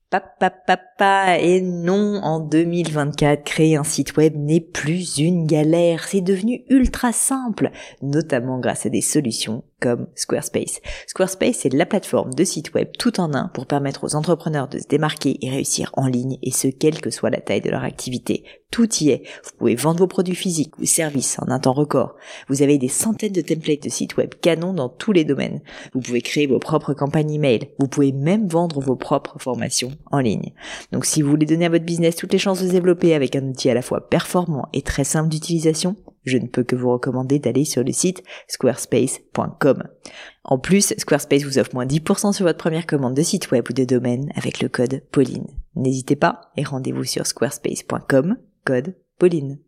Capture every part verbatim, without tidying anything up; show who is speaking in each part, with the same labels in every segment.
Speaker 1: Papa, papa, et non, en deux mille vingt-quatre, créer un site web n'est plus une galère, c'est devenu ultra simple, notamment grâce à des solutions comme Squarespace. Squarespace, c'est la plateforme de site web tout en un pour permettre aux entrepreneurs de se démarquer et réussir en ligne, et ce, quelle que soit la taille de leur activité. Tout y est. Vous pouvez vendre vos produits physiques ou services en un temps record. Vous avez des centaines de templates de sites web canons dans tous les domaines. Vous pouvez créer vos propres campagnes email. Vous pouvez même vendre vos propres formations en ligne. Donc si vous voulez donner à votre business toutes les chances de se développer avec un outil à la fois performant et très simple d'utilisation, je ne peux que vous recommander d'aller sur le site squarespace point com. En plus, Squarespace vous offre moins dix pour cent sur votre première commande de site web ou de domaine avec le code Pauline. N'hésitez pas et rendez-vous sur squarespace point com, code Pauline.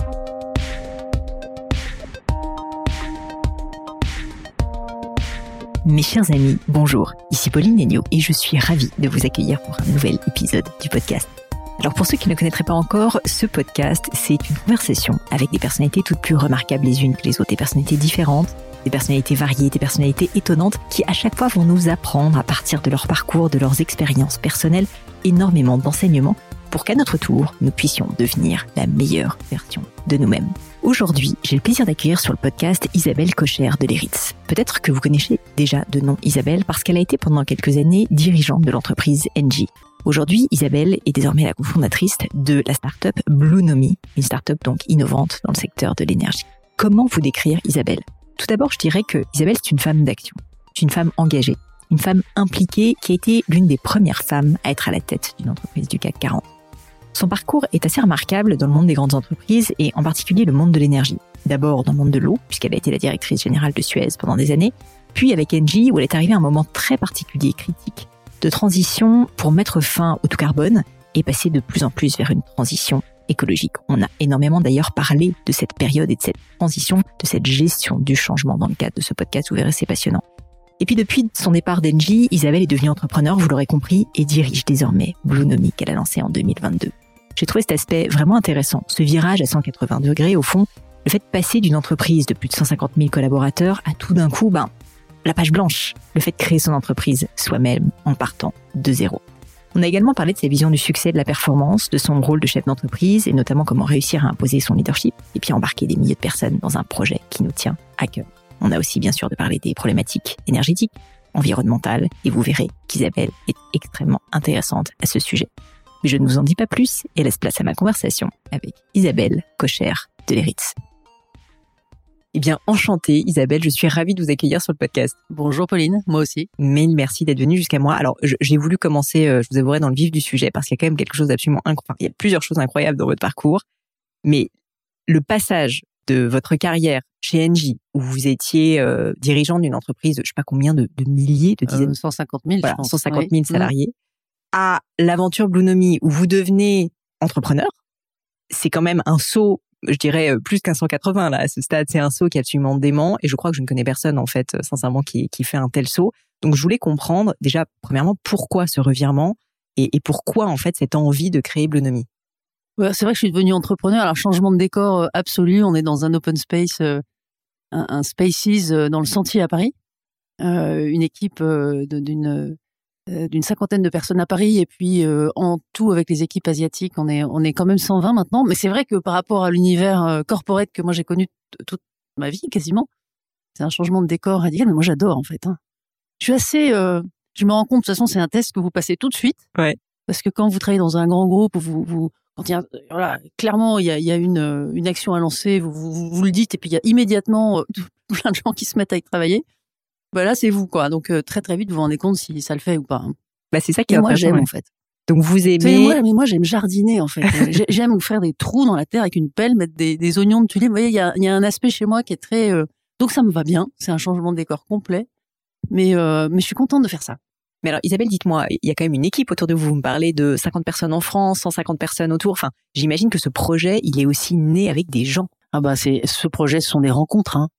Speaker 2: Mes chers amis, bonjour, ici Pauline Legnaud et je suis ravie de vous accueillir pour un nouvel épisode du podcast. Alors pour ceux qui ne connaîtraient pas encore, ce podcast, c'est une conversation avec des personnalités toutes plus remarquables les unes que les autres, des personnalités différentes, des personnalités variées, des personnalités étonnantes qui à chaque fois vont nous apprendre à partir de leur parcours, de leurs expériences personnelles, énormément d'enseignements pour qu'à notre tour, nous puissions devenir la meilleure version de nous-mêmes. Aujourd'hui, j'ai le plaisir d'accueillir sur le podcast Isabelle Kocher de l'Eritz. Peut-être que vous connaissez déjà de nom Isabelle parce qu'elle a été pendant quelques années dirigeante de l'entreprise Engie. Aujourd'hui, Isabelle est désormais la cofondatrice de la start-up Bluenomi, une start-up donc innovante dans le secteur de l'énergie. Comment vous décrire Isabelle ? Tout d'abord, je dirais que Isabelle, c'est une femme d'action. C'est une femme engagée, une femme impliquée qui a été l'une des premières femmes à être à la tête d'une entreprise du C A C quarante. Son parcours est assez remarquable dans le monde des grandes entreprises et en particulier le monde de l'énergie. D'abord dans le monde de l'eau, puisqu'elle a été la directrice générale de Suez pendant des années, puis avec Engie où elle est arrivée à un moment très particulier et critique de transition pour mettre fin au tout carbone et passer de plus en plus vers une transition écologique. On a énormément d'ailleurs parlé de cette période et de cette transition, de cette gestion du changement dans le cadre de ce podcast, vous verrez, c'est passionnant. Et puis depuis son départ d'Engie, Isabelle est devenue entrepreneur, vous l'aurez compris, et dirige désormais Bluenomi qu'elle a lancé en deux mille vingt-deux. J'ai trouvé cet aspect vraiment intéressant, ce virage à cent quatre-vingts degrés au fond, le fait de passer d'une entreprise de plus de cent cinquante mille collaborateurs à tout d'un coup, ben, la page blanche, le fait de créer son entreprise soi-même en partant de zéro. On a également parlé de sa vision du succès, de la performance, de son rôle de chef d'entreprise et notamment comment réussir à imposer son leadership et puis embarquer des milliers de personnes dans un projet qui nous tient à cœur. On a aussi bien sûr de parler des problématiques énergétiques, environnementales et vous verrez qu'Isabelle est extrêmement intéressante à ce sujet. Mais je ne vous en dis pas plus et laisse place à ma conversation avec Isabelle Kocher de l'Eritz. Eh bien, enchantée, Isabelle, je suis ravie de vous accueillir sur le podcast.
Speaker 3: Bonjour Pauline, moi aussi.
Speaker 2: Mille merci d'être venue jusqu'à moi. Alors, je, j'ai voulu commencer, euh, je vous avouerai, dans le vif du sujet, parce qu'il y a quand même quelque chose d'absolument incroyable. Enfin, il y a plusieurs choses incroyables dans votre parcours, mais le passage de votre carrière chez Engie, où vous étiez euh, dirigeante d'une entreprise de je sais pas combien de, de milliers, de dizaines,
Speaker 3: euh, cent cinquante mille,
Speaker 2: voilà,
Speaker 3: je pense.
Speaker 2: cent cinquante mille
Speaker 3: Oui.
Speaker 2: salariés, à l'aventure Bluenomi, où vous devenez entrepreneur, c'est quand même un saut, je dirais plus qu'un cent quatre-vingts là à ce stade, c'est un saut qui est absolument dément et je crois que je ne connais personne en fait sincèrement qui qui fait un tel saut. Donc je voulais comprendre déjà premièrement pourquoi ce revirement et, et pourquoi en fait cette envie de créer Bluenomi.
Speaker 3: Ouais, c'est vrai que je suis devenue entrepreneur. Alors changement de décor euh, absolu, on est dans un open space, euh, un, un Spaces euh, dans le Sentier à Paris, euh, une équipe euh, de, d'une euh, d'une cinquantaine de personnes à Paris et puis euh, en tout avec les équipes asiatiques, on est on est quand même cent vingt maintenant. Mais c'est vrai que par rapport à l'univers euh, corporate que moi j'ai connu t- toute ma vie quasiment, c'est un changement de décor radical. Mais moi j'adore en fait. Hein. Je suis assez, euh, je me rends compte de toute façon c'est un test que vous passez tout de suite.
Speaker 2: Ouais.
Speaker 3: Parce que quand vous travaillez dans un grand groupe, vous vous quand il y a, voilà, clairement il y a, il y a une une action à lancer, vous vous, vous le dites et puis il y a immédiatement euh, plein de gens qui se mettent à y travailler. Bah là, c'est vous, quoi. Donc, euh, très, très vite, vous vous rendez compte si ça le fait ou pas. Hein.
Speaker 2: Bah, c'est ça qui est
Speaker 3: et moi,
Speaker 2: intéressant,
Speaker 3: j'aime,
Speaker 2: ouais.
Speaker 3: en fait.
Speaker 2: Donc, vous aimez...
Speaker 3: C'est, moi, mais moi, j'aime jardiner, en fait. J'aime vous faire des trous dans la terre avec une pelle, mettre des, des oignons de tulipe. Vous voyez, il y a, il y a un aspect chez moi qui est très... Euh... Donc, ça me va bien. C'est un changement de décor complet. Mais, euh, mais je suis contente de faire ça.
Speaker 2: Mais alors, Isabelle, dites-moi, il y a quand même une équipe autour de vous. Vous me parlez de cinquante personnes en France, cent cinquante personnes autour. Enfin, j'imagine que ce projet, il est aussi né avec des gens.
Speaker 3: Ah bah, c'est, ce projet, ce sont des rencontres, hein.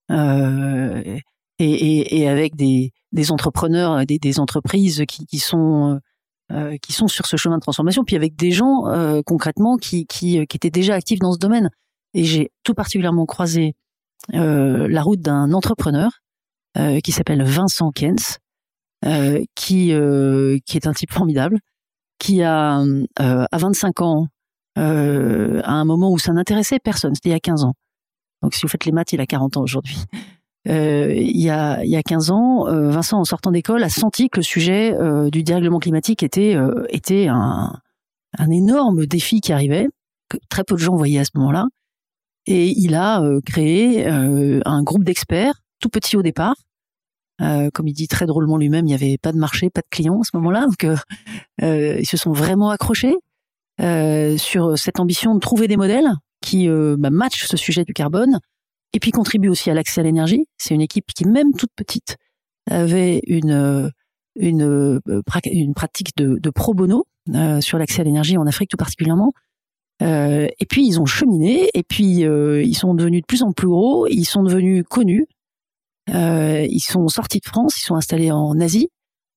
Speaker 3: Euh... Et, et, et avec des, des entrepreneurs, des, des entreprises qui, qui sont euh, qui sont sur ce chemin de transformation, puis avec des gens euh, concrètement qui, qui qui étaient déjà actifs dans ce domaine. Et j'ai tout particulièrement croisé euh, la route d'un entrepreneur euh, qui s'appelle Vincent Kens, euh, qui euh, qui est un type formidable, qui a, euh, à vingt-cinq ans, euh, à un moment où ça n'intéressait personne, c'était il y a quinze ans. Donc, si vous faites les maths, il a quarante ans aujourd'hui. Euh, il y a, il y a quinze ans, euh, Vincent, en sortant d'école, a senti que le sujet euh, du dérèglement climatique était, euh, était un, un énorme défi qui arrivait, que très peu de gens voyaient à ce moment-là. Et il a euh, créé euh, un groupe d'experts, tout petit au départ. Euh, comme il dit très drôlement lui-même, il n'y avait pas de marché, pas de clients à ce moment-là. Donc, euh, euh, ils se sont vraiment accrochés euh, sur cette ambition de trouver des modèles qui euh, bah, matchent ce sujet du carbone et puis contribuent aussi à l'accès à l'énergie. C'est une équipe qui, même toute petite, avait une, une, une pratique de, de pro bono euh, sur l'accès à l'énergie en Afrique tout particulièrement. Euh, et puis ils ont cheminé, et puis euh, ils sont devenus de plus en plus gros, ils sont devenus connus, euh, ils sont sortis de France, ils sont installés en Asie,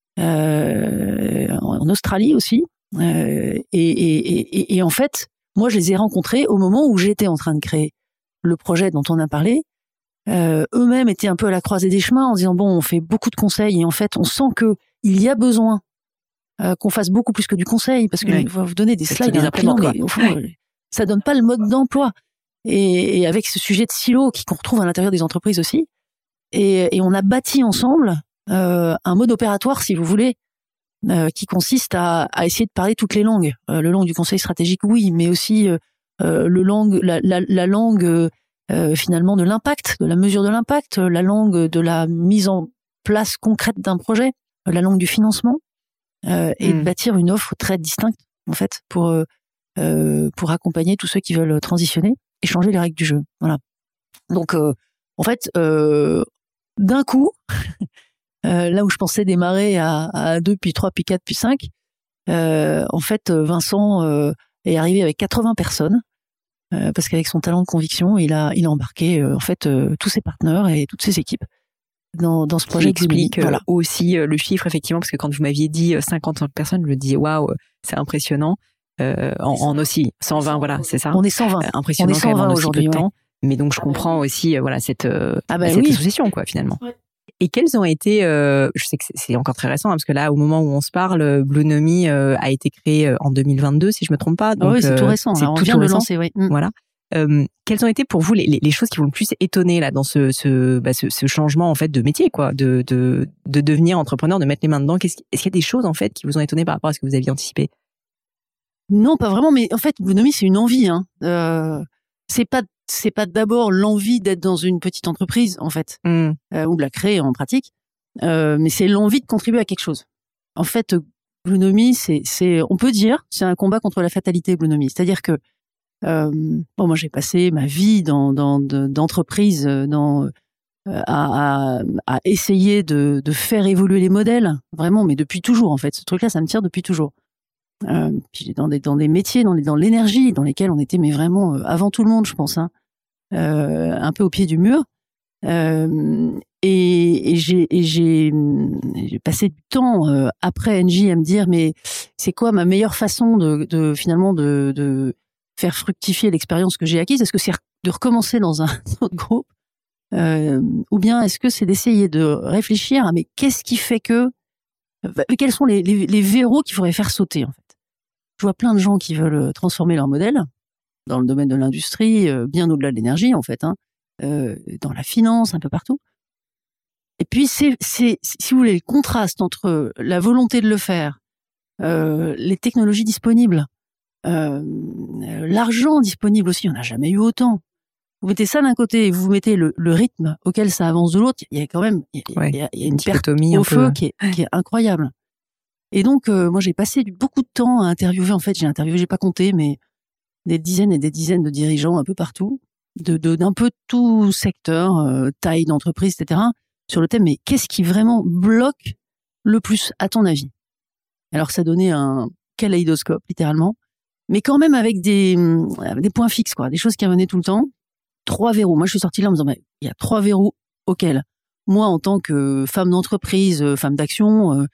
Speaker 3: euh, en Australie aussi, euh, et, et, et, et en fait, moi je les ai rencontrés au moment où j'étais en train de créer le projet dont on a parlé. Euh, eux-mêmes étaient un peu à la croisée des chemins en disant bon, on fait beaucoup de conseils et en fait on sent que il y a besoin Euh, qu'on fasse beaucoup plus que du conseil, parce que
Speaker 1: oui.
Speaker 3: va vous donner des
Speaker 1: C'est
Speaker 3: slides,
Speaker 1: des
Speaker 3: imprimants,
Speaker 1: imprimants,
Speaker 3: mais au fond, ouais. ça donne pas le mode d'emploi. Et, et avec ce sujet de silo qui qu'on retrouve à l'intérieur des entreprises aussi, et, et on a bâti ensemble euh, un mode opératoire, si vous voulez, euh, qui consiste à, à essayer de parler toutes les langues. Euh, le langue du conseil stratégique, oui, mais aussi euh, le langue, la, la, la langue euh, finalement de l'impact, de la mesure de l'impact, la langue de la mise en place concrète d'un projet, la langue du financement. Euh, et mmh. de bâtir une offre très distincte en fait pour euh, pour accompagner tous ceux qui veulent transitionner et changer les règles du jeu. Voilà. Donc euh, en fait euh, d'un coup euh, là où je pensais démarrer à, à deux puis trois puis quatre puis cinq, euh, en fait Vincent euh, est arrivé avec quatre-vingts personnes euh, parce qu'avec son talent de conviction il a il a embarqué euh, en fait euh, tous ses partenaires et toutes ses équipes dans, dans ce projet
Speaker 1: qui explique
Speaker 3: euh,
Speaker 1: voilà. aussi euh, le chiffre, effectivement, parce que quand vous m'aviez dit euh, cinquante personnes, je me dis waouh, c'est impressionnant. Euh, en, en aussi cent vingt, voilà, c'est ça.
Speaker 3: On est cent vingt.
Speaker 1: Euh, impressionnant
Speaker 3: On est cent vingt
Speaker 1: quand même en aussi
Speaker 3: aujourd'hui,
Speaker 1: peu de
Speaker 3: ouais.
Speaker 1: temps. Mais donc je comprends aussi euh, voilà cette euh,
Speaker 3: ah bah,
Speaker 1: cette
Speaker 3: oui.
Speaker 1: association quoi finalement.
Speaker 3: Ouais.
Speaker 1: Et quelles ont été, euh, je sais que c'est encore très récent hein, parce que là au moment où on se parle, Bluenomy euh, a été créé euh, en deux mille vingt-deux si je me trompe pas. Donc
Speaker 3: ah oui, c'est
Speaker 1: euh,
Speaker 3: tout récent.
Speaker 1: C'est
Speaker 3: on
Speaker 1: tout,
Speaker 3: vient
Speaker 1: tout
Speaker 3: de
Speaker 1: récent.
Speaker 3: le lancer, oui. Mm.
Speaker 1: Voilà. Euh, quelles ont été pour vous les, les, les choses qui vous le plus étonné là dans ce ce, bah, ce ce changement en fait de métier quoi, de de de devenir entrepreneur, de mettre les mains dedans. Qu'est-ce, est-ce qu'il y a des choses en fait qui vous ont étonné par rapport à ce que vous aviez anticipé?
Speaker 3: Non, pas vraiment. Mais en fait, Bluenomy c'est une envie. Hein. Euh, c'est pas c'est pas d'abord l'envie d'être dans une petite entreprise en fait mm. euh, ou de la créer en pratique, euh, mais c'est l'envie de contribuer à quelque chose. En fait, Bluenomy c'est c'est on peut dire c'est un combat contre la fatalité. Bluenomy, c'est-à-dire que Euh, bon, moi, j'ai passé ma vie dans, dans de, d'entreprise, dans euh, à, à, à essayer de, de faire évoluer les modèles, vraiment, mais depuis toujours en fait. Ce truc-là, ça me tire depuis toujours. Euh, puis dans des dans des métiers, dans les, dans l'énergie, dans lesquels on était mais vraiment euh, avant tout le monde, je pense, hein, euh, un peu au pied du mur. Euh, et, et j'ai et j'ai j'ai passé du temps euh, après N J à me dire mais c'est quoi ma meilleure façon de, de finalement de, de faire fructifier l'expérience que j'ai acquise? Est-ce que c'est de recommencer dans un autre groupe euh, ou bien est-ce que c'est d'essayer de réfléchir à mais qu'est-ce qui fait que quels sont les, les, les verrous qu'il faudrait faire sauter en fait? Je vois plein de gens qui veulent transformer leur modèle dans le domaine de l'industrie, euh, bien au-delà de l'énergie en fait, hein, euh, dans la finance, un peu partout. Et puis c'est, c'est si vous voulez le contraste entre la volonté de le faire, euh, les technologies disponibles, Euh, l'argent disponible aussi, on n'a jamais eu autant. Vous mettez ça d'un côté et vous mettez le, le rythme auquel ça avance de l'autre, il y a quand même il y a,
Speaker 1: ouais,
Speaker 3: il y a, il y a une perte au feu peu... qui, est, qui est incroyable. Et donc euh, moi j'ai passé beaucoup de temps à interviewer, en fait j'ai interviewé, j'ai pas compté, mais des dizaines et des dizaines de dirigeants un peu partout, de, de d'un peu tout secteur, euh, taille d'entreprise, et cetera, sur le thème mais qu'est-ce qui vraiment bloque le plus à ton avis? Alors ça donnait un kaléidoscope littéralement. Mais quand même avec des, des points fixes, quoi, des choses qui revenaient tout le temps. Trois verrous. Moi, je suis sortie là en me disant, mais il y a trois verrous auxquels, moi, en tant que femme d'entreprise, femme d'action, euh,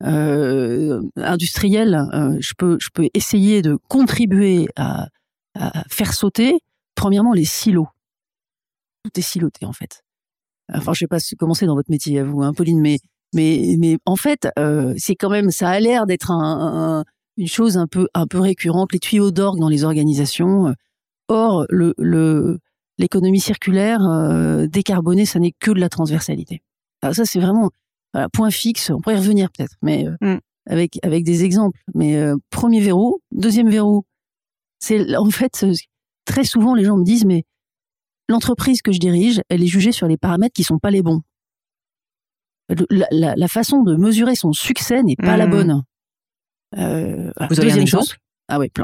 Speaker 3: euh, industrielle, euh, je peux, je peux essayer de contribuer à, à faire sauter, premièrement, les silos. Tout est siloté, en fait. Enfin, je sais pas comment c'est dans votre métier, à vous, hein, Pauline, mais, mais, mais en fait, euh, c'est quand même, ça a l'air d'être un, un une chose un peu un peu récurrente, les tuyaux d'orgue dans les organisations. Or, le, le l'économie circulaire euh, décarbonée, ça n'est que de la transversalité. Alors ça, c'est vraiment voilà, point fixe. On pourrait y revenir peut-être, mais euh, mm. avec avec des exemples. Mais euh, premier verrou, deuxième verrou, c'est en fait très souvent les gens me disent mais l'entreprise que je dirige, elle est jugée sur les paramètres qui sont pas les bons. La, la, la façon de mesurer son succès n'est pas mmh. la bonne.
Speaker 2: Euh, Vous auriez un exemple
Speaker 3: chose. Ah oui, plein.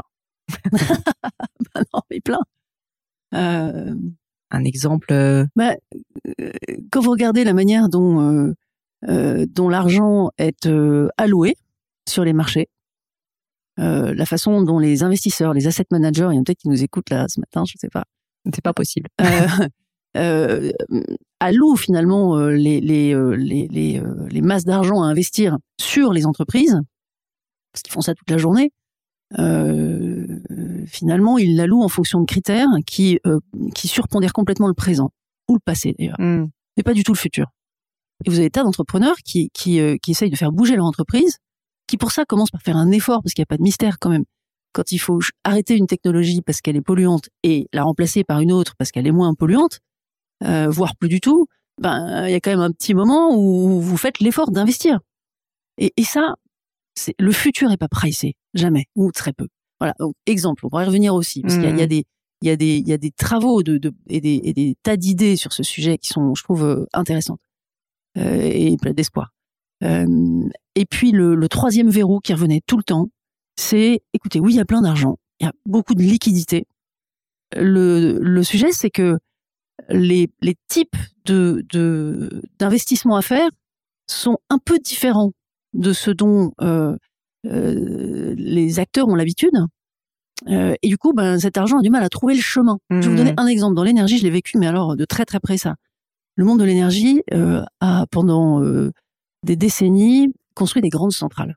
Speaker 3: bah non, mais plein. Euh,
Speaker 2: un exemple euh...
Speaker 3: bah, euh, Quand vous regardez la manière dont, euh, euh, dont l'argent est euh, alloué sur les marchés, euh, la façon dont les investisseurs, les asset managers, il y en a peut-être qui nous écoutent là ce matin, je ne sais pas.
Speaker 2: C'est pas possible.
Speaker 3: Euh, euh, allouent finalement euh, les, les, euh, les, les, euh, les masses d'argent à investir sur les entreprises, parce qu'ils font ça toute la journée, euh, finalement, ils l'allouent en fonction de critères qui, euh, qui surpondèrent complètement le présent, ou le passé d'ailleurs, mm. mais pas du tout le futur. Et vous avez tas d'entrepreneurs qui, qui, euh, qui essayent de faire bouger leur entreprise, qui pour ça commencent par faire un effort, parce qu'il n'y a pas de mystère quand même. Quand il faut arrêter une technologie parce qu'elle est polluante et la remplacer par une autre parce qu'elle est moins polluante, euh, voire plus du tout, ben il y a quand même un petit moment où vous faites l'effort d'investir. Et, et ça, c'est, le futur est pas pricé, jamais ou très peu. Voilà. Donc, exemple, on pourrait y revenir aussi parce mmh. qu'il y a, il y a des il y a des il y a des travaux de, de et des et des tas d'idées sur ce sujet qui sont, je trouve, euh, intéressantes euh, et plein d'espoir. Euh, et puis le, le troisième verrou qui revenait tout le temps, c'est, écoutez, oui, il y a plein d'argent, il y a beaucoup de liquidités. Le, le sujet, c'est que les, les types de, de, d'investissements à faire sont un peu différents de ce dont euh, euh, les acteurs ont l'habitude. Euh, et du coup, ben, cet argent a du mal à trouver le chemin. Mmh. Je vais vous donner un exemple. Dans l'énergie, je l'ai vécu, mais alors de très très près ça. Le monde de l'énergie euh, a, pendant euh, des décennies, construit des grandes centrales.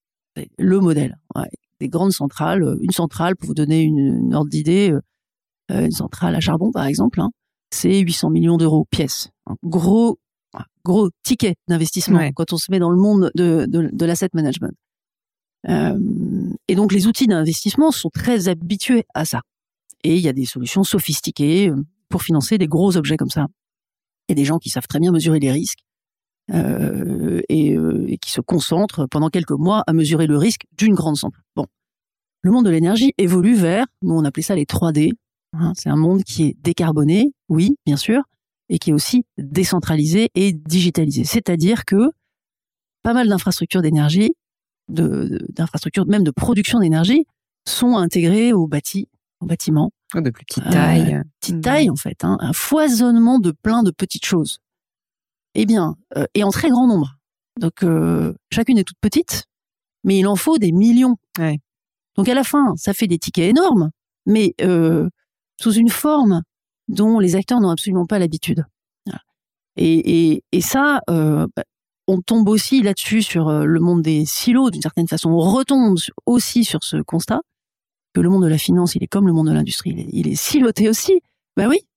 Speaker 3: Le modèle, ouais, des grandes centrales. Une centrale, pour vous donner une, une ordre d'idée, euh, une centrale à charbon par exemple, hein, c'est huit cents millions d'euros pièce. Un gros, gros ticket d'investissement ouais. quand on se met dans le monde de, de, de l'asset management. Euh, et donc les outils d'investissement sont très habitués à ça. Et il y a des solutions sophistiquées pour financer des gros objets comme ça. Il y a des gens qui savent très bien mesurer les risques. Euh, et, euh, et qui se concentrent pendant quelques mois à mesurer le risque d'une grande centrale. Bon, le monde de l'énergie évolue vers, nous on appelait ça les trois D. Hein, c'est un monde qui est décarboné, oui, bien sûr, et qui est aussi décentralisé et digitalisé. C'est-à-dire que pas mal d'infrastructures d'énergie, de, de, d'infrastructures même de production d'énergie, sont intégrées au bâti, au bâtiment.
Speaker 2: Oh, de plus petite taille.
Speaker 3: Euh, petite taille en fait, hein, un foisonnement de plein de petites choses. Eh bien, euh, et en très grand nombre. Donc, euh, chacune est toute petite, mais il en faut des millions.
Speaker 2: Ouais.
Speaker 3: Donc, à la fin, ça fait des tickets énormes, mais euh, sous une forme dont les acteurs n'ont absolument pas l'habitude. Voilà. Et, et, et ça, euh, on tombe aussi là-dessus sur le monde des silos, d'une certaine façon. On retombe aussi sur ce constat que le monde de la finance, il est comme le monde de l'industrie, il est, il est siloté aussi. Ben oui.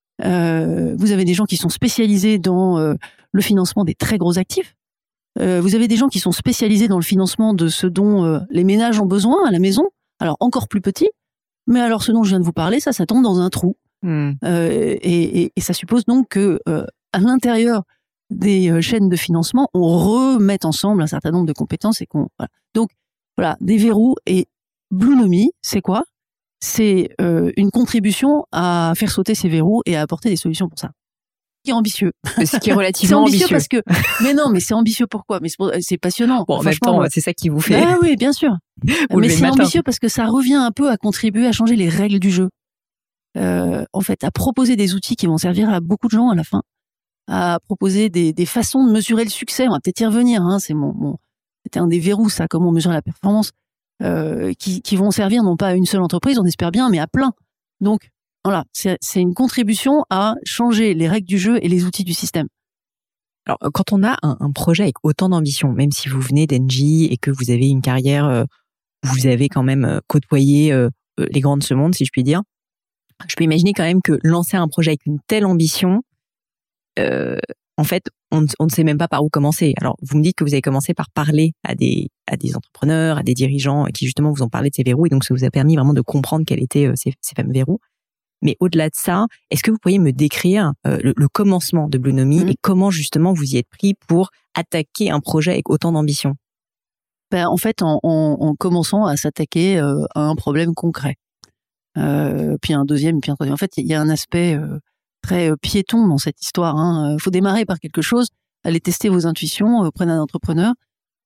Speaker 3: Euh, vous avez des gens qui sont spécialisés dans euh, le financement des très gros actifs. Euh, vous avez des gens qui sont spécialisés dans le financement de ce dont euh, les ménages ont besoin à la maison, alors encore plus petits. Mais alors ce dont je viens de vous parler, ça, ça tombe dans un trou. Mmh. Euh, et, et, et ça suppose donc que euh, à l'intérieur des euh, chaînes de financement, on remette ensemble un certain nombre de compétences et qu'on. Voilà. Donc voilà, des verrous. Et Bluenomy, c'est quoi ? C'est euh, une contribution à faire sauter ces verrous et à apporter des solutions pour ça. Ce qui est ambitieux.
Speaker 2: Ce qui est relativement
Speaker 3: c'est ambitieux.
Speaker 2: ambitieux.
Speaker 3: Parce que, mais non, mais c'est ambitieux pourquoi ? Mais c'est, c'est passionnant.
Speaker 2: Bon, en même temps, c'est ça qui vous fait.
Speaker 3: Ah oui, bien sûr. Mais c'est ambitieux parce que ça revient un peu à contribuer à changer les règles du jeu. Euh, en fait, à proposer des outils qui vont servir à beaucoup de gens à la fin, à proposer des, des façons de mesurer le succès. On va peut-être y revenir. Hein, c'est mon, mon, c'était un des verrous, ça, comment on mesure la performance. Euh, qui, qui vont servir non pas à une seule entreprise, on espère bien, mais à plein. Donc, voilà, c'est, c'est une contribution à changer les règles du jeu et les outils du système.
Speaker 2: Alors, quand on a un, un projet avec autant d'ambition, même si vous venez d'Engie et que vous avez une carrière euh, où vous avez quand même euh, côtoyé euh, les grands de ce monde, si je puis dire, je peux imaginer quand même que lancer un projet avec une telle ambition, euh, en fait, on, on ne sait même pas par où commencer. Alors, vous me dites que vous avez commencé par parler à des à des entrepreneurs, à des dirigeants qui justement vous ont parlé de ces verrous, et donc ça vous a permis vraiment de comprendre quels étaient euh, ces, ces fameux verrous. Mais au-delà de ça, est-ce que vous pourriez me décrire euh, le, le commencement de Bluenomy mmh. et comment justement vous y êtes pris pour attaquer un projet avec autant d'ambition?
Speaker 3: Ben, en fait, en, en, en commençant à s'attaquer euh, à un problème concret. Euh, puis un deuxième, puis un troisième. En fait, il y a un aspect euh, très euh, piéton dans cette histoire. Il hein. faut démarrer par quelque chose, aller tester vos intuitions auprès d'un entrepreneur,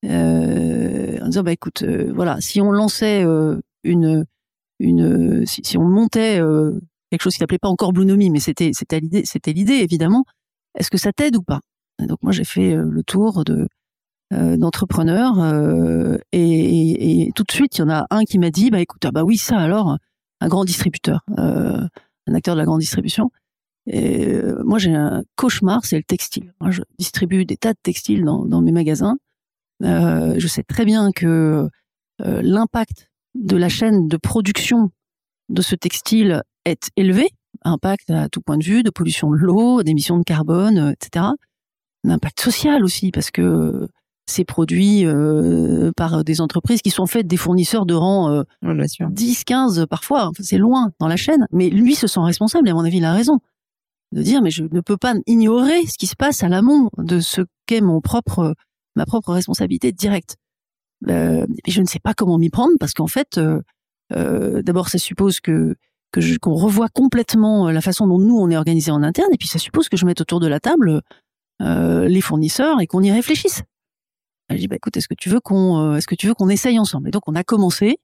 Speaker 3: euh, en disant bah écoute, euh, voilà, si on lançait euh, une une, si, si on montait euh, quelque chose qui s'appelait pas encore Bluenomy, mais c'était c'était l'idée, c'était l'idée évidemment. Est-ce que ça t'aide ou pas? Et donc moi j'ai fait euh, le tour de euh, d'entrepreneurs euh, et, et, et tout de suite il y en a un qui m'a dit bah écoute ah bah oui ça alors un grand distributeur, euh, un acteur de la grande distribution. Et euh, moi j'ai un cauchemar, c'est le textile. Moi je distribue des tas de textiles dans, dans mes magasins. Euh, je sais très bien que euh, l'impact de la chaîne de production de ce textile est élevé, impact à tout point de vue, de pollution de l'eau, d'émissions de carbone, euh, et cetera. Un impact social aussi, parce que c'est produit euh, par des entreprises qui sont en fait des fournisseurs de rang euh,
Speaker 2: ouais,
Speaker 3: dix, quinze parfois, enfin, c'est loin dans la chaîne, mais lui se sent responsable et à mon avis il a raison de dire mais je ne peux pas ignorer ce qui se passe à l'amont de ce qu'est mon propre, ma propre responsabilité directe. Euh, et je ne sais pas comment m'y prendre parce qu'en fait, euh, euh, d'abord ça suppose que, que je, qu'on revoie complètement la façon dont nous on est organisé en interne et puis ça suppose que je mette autour de la table euh, les fournisseurs et qu'on y réfléchisse. Je dis bah écoute, est-ce que tu veux qu'on, euh, est-ce que tu veux qu'on essaye ensemble? Et donc on a commencé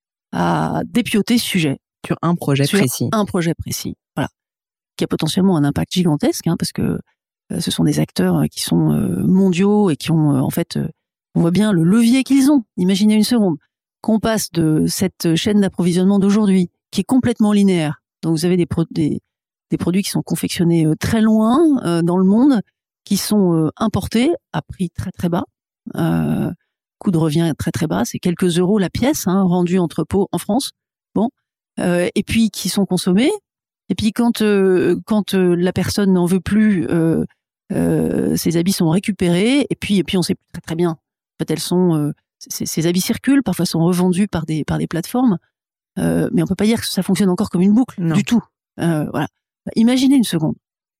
Speaker 3: à dépioter ce sujet
Speaker 2: sur un projet
Speaker 3: sur
Speaker 2: précis,
Speaker 3: un projet précis, voilà, qui a potentiellement un impact gigantesque, hein, parce que euh, ce sont des acteurs qui sont euh, mondiaux et qui ont euh, en fait, euh, on voit bien le levier qu'ils ont. Imaginez une seconde qu'on passe de cette chaîne d'approvisionnement d'aujourd'hui qui est complètement linéaire. Donc vous avez des, pro- des, des produits qui sont confectionnés euh, très loin euh, dans le monde, qui sont euh, importés à prix très très bas. Euh, coût de revient très très bas, c'est quelques euros la pièce, hein, rendue entrepôt en France. Bon, euh, et puis qui sont consommés. Et puis quand euh, quand euh, la personne n'en veut plus, euh, euh, ces habits sont récupérés. Et puis et puis on sait très très bien. En fait, elles sont euh, ces, ces habits circulent, parfois sont revendus par des par des plateformes, euh, mais on peut pas dire que ça fonctionne encore comme une boucle
Speaker 2: non.
Speaker 3: du tout. Euh, voilà. Imaginez une seconde